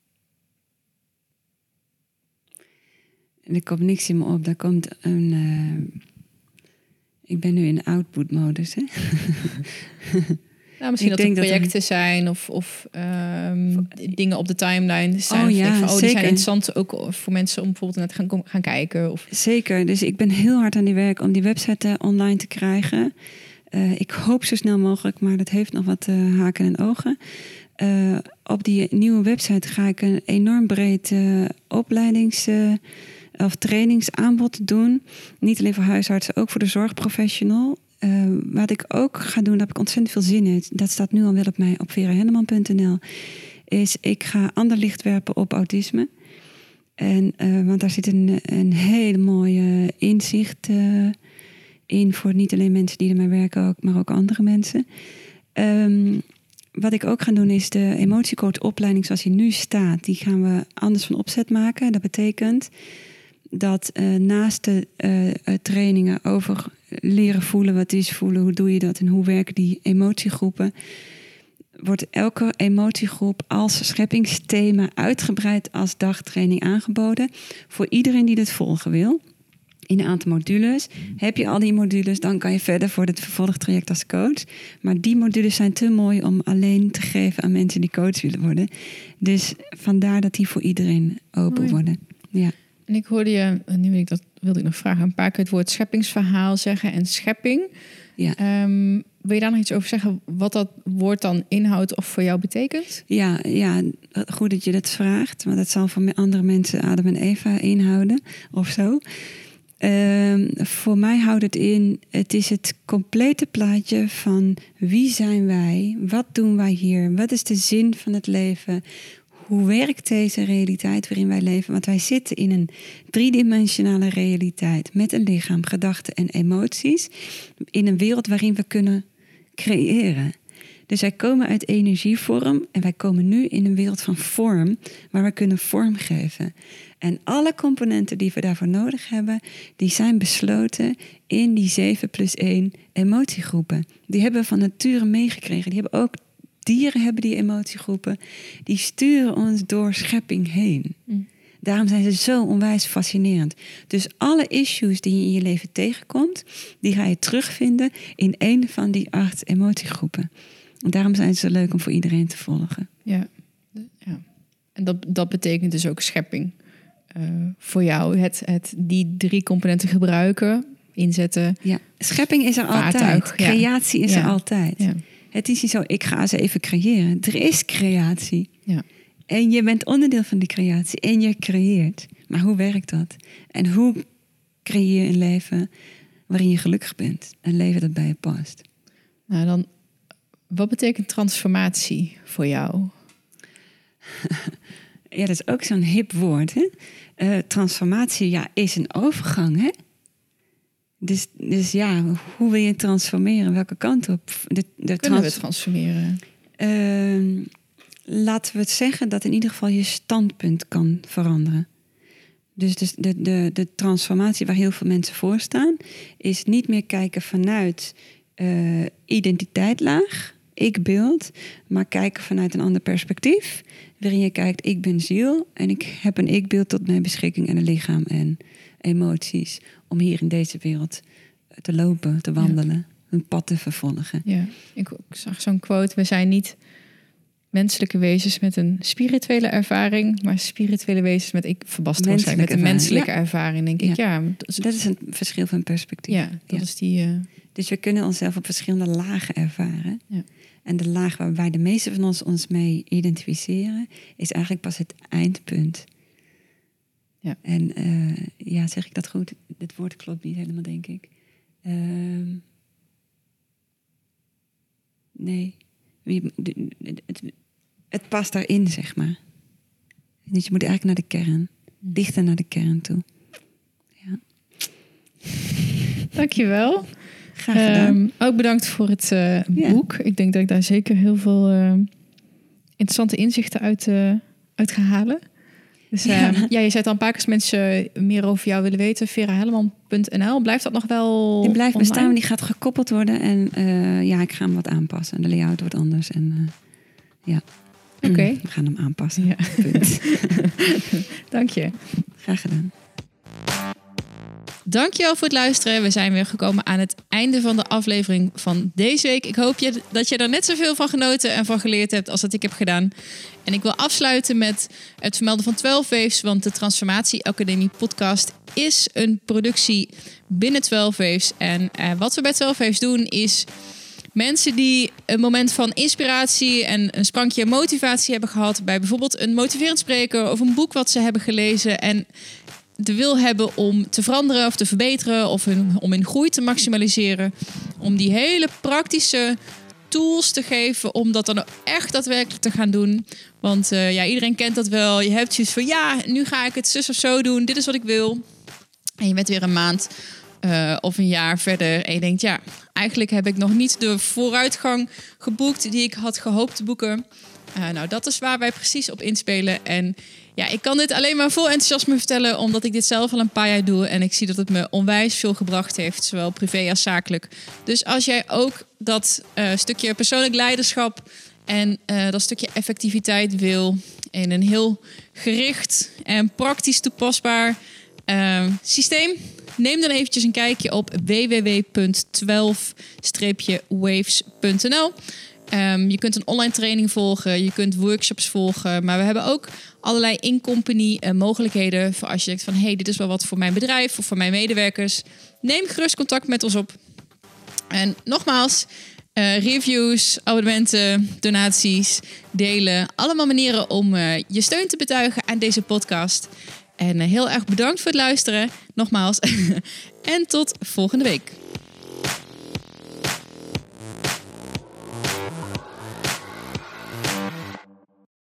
En er komt niks in me op. Er komt een... Uh... Ik ben nu in output-modus, hè? Nou, misschien ik dat er projecten dat er... zijn of, of um, dingen op de timeline zijn. Oh, ja, van, oh, die zijn interessant ook voor mensen om bijvoorbeeld net gaan, gaan kijken. Of... Zeker. Dus ik ben heel hard aan die werk om die website uh, online te krijgen. Uh, ik hoop zo snel mogelijk, maar dat heeft nog wat uh, haken en ogen. Uh, op die nieuwe website ga ik een enorm breed uh, opleidings... Uh, of trainingsaanbod doen. Niet alleen voor huisartsen, ook voor de zorgprofessional. Uh, wat ik ook ga doen, daar heb ik ontzettend veel zin in. Dat staat nu al wel op mij op vera henneman punt n l. Is ik ga ander licht werpen op autisme. En, uh, want daar zit een, een hele mooie inzicht uh, in voor niet alleen mensen die ermee werken, ook, maar ook andere mensen. Um, wat ik ook ga doen is de emotiecoach opleiding zoals die nu staat. Die gaan we anders van opzet maken. Dat betekent dat uh, naast de uh, trainingen over leren voelen, wat is voelen, hoe doe je dat en hoe werken die emotiegroepen, wordt elke emotiegroep als scheppingsthema uitgebreid als dagtraining aangeboden voor iedereen die dit volgen wil. In een aantal modules. Heb je al die modules, dan kan je verder voor het vervolgtraject als coach. Maar die modules zijn te mooi om alleen te geven aan mensen die coach willen worden. Dus vandaar dat die voor iedereen open mooi. Worden. Ja. En ik hoorde je, nu wil ik dat wilde ik nog vragen, een paar keer het woord scheppingsverhaal zeggen en schepping. Ja. Um, wil je daar nog iets over zeggen? Wat dat woord dan inhoudt of voor jou betekent? Ja, ja, goed dat je dat vraagt. Want dat zal voor andere mensen Adam en Eva inhouden of zo. Uh, voor mij houdt het in, het is het complete plaatje van wie zijn wij, wat doen wij hier, wat is de zin van het leven, hoe werkt deze realiteit waarin wij leven? Want wij zitten in een driedimensionale realiteit met een lichaam, gedachten en emoties, in een wereld waarin we kunnen creëren. Dus wij komen uit energievorm en wij komen nu in een wereld van vorm waar we kunnen vormgeven. En alle componenten die we daarvoor nodig hebben, die zijn besloten in die zeven plus één emotiegroepen. Die hebben we van nature meegekregen. Die hebben ook, dieren hebben die emotiegroepen. Die sturen ons door schepping heen. Mm. Daarom zijn ze zo onwijs fascinerend. Dus alle issues die je in je leven tegenkomt, die ga je terugvinden in een van die acht emotiegroepen. En daarom zijn ze zo leuk om voor iedereen te volgen. Ja, ja. En dat, dat betekent dus ook schepping. Uh, voor jou, het, het die drie componenten gebruiken, inzetten. Ja, schepping is er vaartuig, altijd. Ja. Creatie is ja. er altijd. Ja. Het is niet zo, ik ga ze even creëren. Er is creatie. Ja. En je bent onderdeel van die creatie. En je creëert. Maar hoe werkt dat? En hoe creëer je een leven waarin je gelukkig bent? Een leven dat bij je past. Nou, dan, wat betekent transformatie voor jou? Ja, dat is ook zo'n hip woord. Hè? Uh, transformatie, ja, is een overgang, hè? Dus, dus ja, hoe wil je transformeren? Welke kant op? De, de Kunnen trans- we transformeren? Uh, laten we het zeggen dat in ieder geval je standpunt kan veranderen. Dus de, de, de, de transformatie waar heel veel mensen voor staan, is niet meer kijken vanuit uh, identiteitlaag, ik-beeld, maar kijken vanuit een ander perspectief, waarin je kijkt, ik ben ziel en ik heb een ik-beeld tot mijn beschikking en een lichaam en emoties om hier in deze wereld te lopen, te wandelen, ja. een pad te vervolgen. Ja, ik, ik zag zo'n quote, we zijn niet menselijke wezens met een spirituele ervaring, maar spirituele wezens met, ik verbast het met een ervaring. menselijke ja. ervaring, denk ik. Ja. ja dat, is, dat is een verschil van perspectief. Ja, dat ja. is die... Uh... Dus we kunnen onszelf op verschillende lagen ervaren. Ja. En de laag waarbij de meeste van ons ons mee identificeren, is eigenlijk pas het eindpunt. Ja. En uh, ja, zeg ik dat goed? Dit woord klopt niet helemaal, denk ik. Uh, nee. Het, het past daarin, zeg maar. Dus je moet eigenlijk naar de kern. Dichter naar de kern toe. Ja. Dankjewel. Graag gedaan. Um, ook bedankt voor het uh, boek. Ja. Ik denk dat ik daar zeker heel veel uh, interessante inzichten uit, uh, uit ga halen. Dus uh, ja. ja, je zei het al een paar keer, als mensen meer over jou willen weten, vera helleman punt n l. Blijft dat nog wel Die blijft online? bestaan, die gaat gekoppeld worden. En uh, ja, ik ga hem wat aanpassen. De layout wordt anders. En uh, ja, oké. Okay. We gaan hem aanpassen. Ja. Dank je. Graag gedaan. Dankjewel voor het luisteren. We zijn weer gekomen aan het einde van de aflevering van deze week. Ik hoop je, dat je er net zoveel van genoten en van geleerd hebt als dat ik heb gedaan. En ik wil afsluiten met het vermelden van twaalf Waves, want de Transformatie Academie podcast is een productie binnen twaalf Waves. En uh, wat we bij twaalf Waves doen is mensen die een moment van inspiratie en een sprankje motivatie hebben gehad bij bijvoorbeeld een motiverend spreker of een boek wat ze hebben gelezen en de wil hebben om te veranderen of te verbeteren of hun, om hun groei te maximaliseren. Om die hele praktische tools te geven om dat dan ook echt daadwerkelijk te gaan doen. Want uh, ja, iedereen kent dat wel. Je hebt zoiets van, ja, nu ga ik het zus of zo doen. Dit is wat ik wil. En je bent weer een maand uh, of een jaar verder. En je denkt, ja, eigenlijk heb ik nog niet de vooruitgang geboekt die ik had gehoopt te boeken. Uh, nou, dat is waar wij precies op inspelen. En ja, ik kan dit alleen maar vol enthousiasme vertellen, omdat ik dit zelf al een paar jaar doe. En ik zie dat het me onwijs veel gebracht heeft, zowel privé als zakelijk. Dus als jij ook dat uh, stukje persoonlijk leiderschap en uh, dat stukje effectiviteit wil in een heel gericht en praktisch toepasbaar uh, systeem, neem dan eventjes een kijkje op w w w punt twaalf waves punt n l. Um, je kunt een online training volgen, je kunt workshops volgen, maar we hebben ook allerlei in-company uh, mogelijkheden voor als je denkt van, hé, hey, dit is wel wat voor mijn bedrijf of voor mijn medewerkers. Neem gerust contact met ons op. En nogmaals, uh, reviews, abonnementen, donaties, delen, allemaal manieren om uh, je steun te betuigen aan deze podcast. En heel erg bedankt voor het luisteren. Nogmaals. En tot volgende week.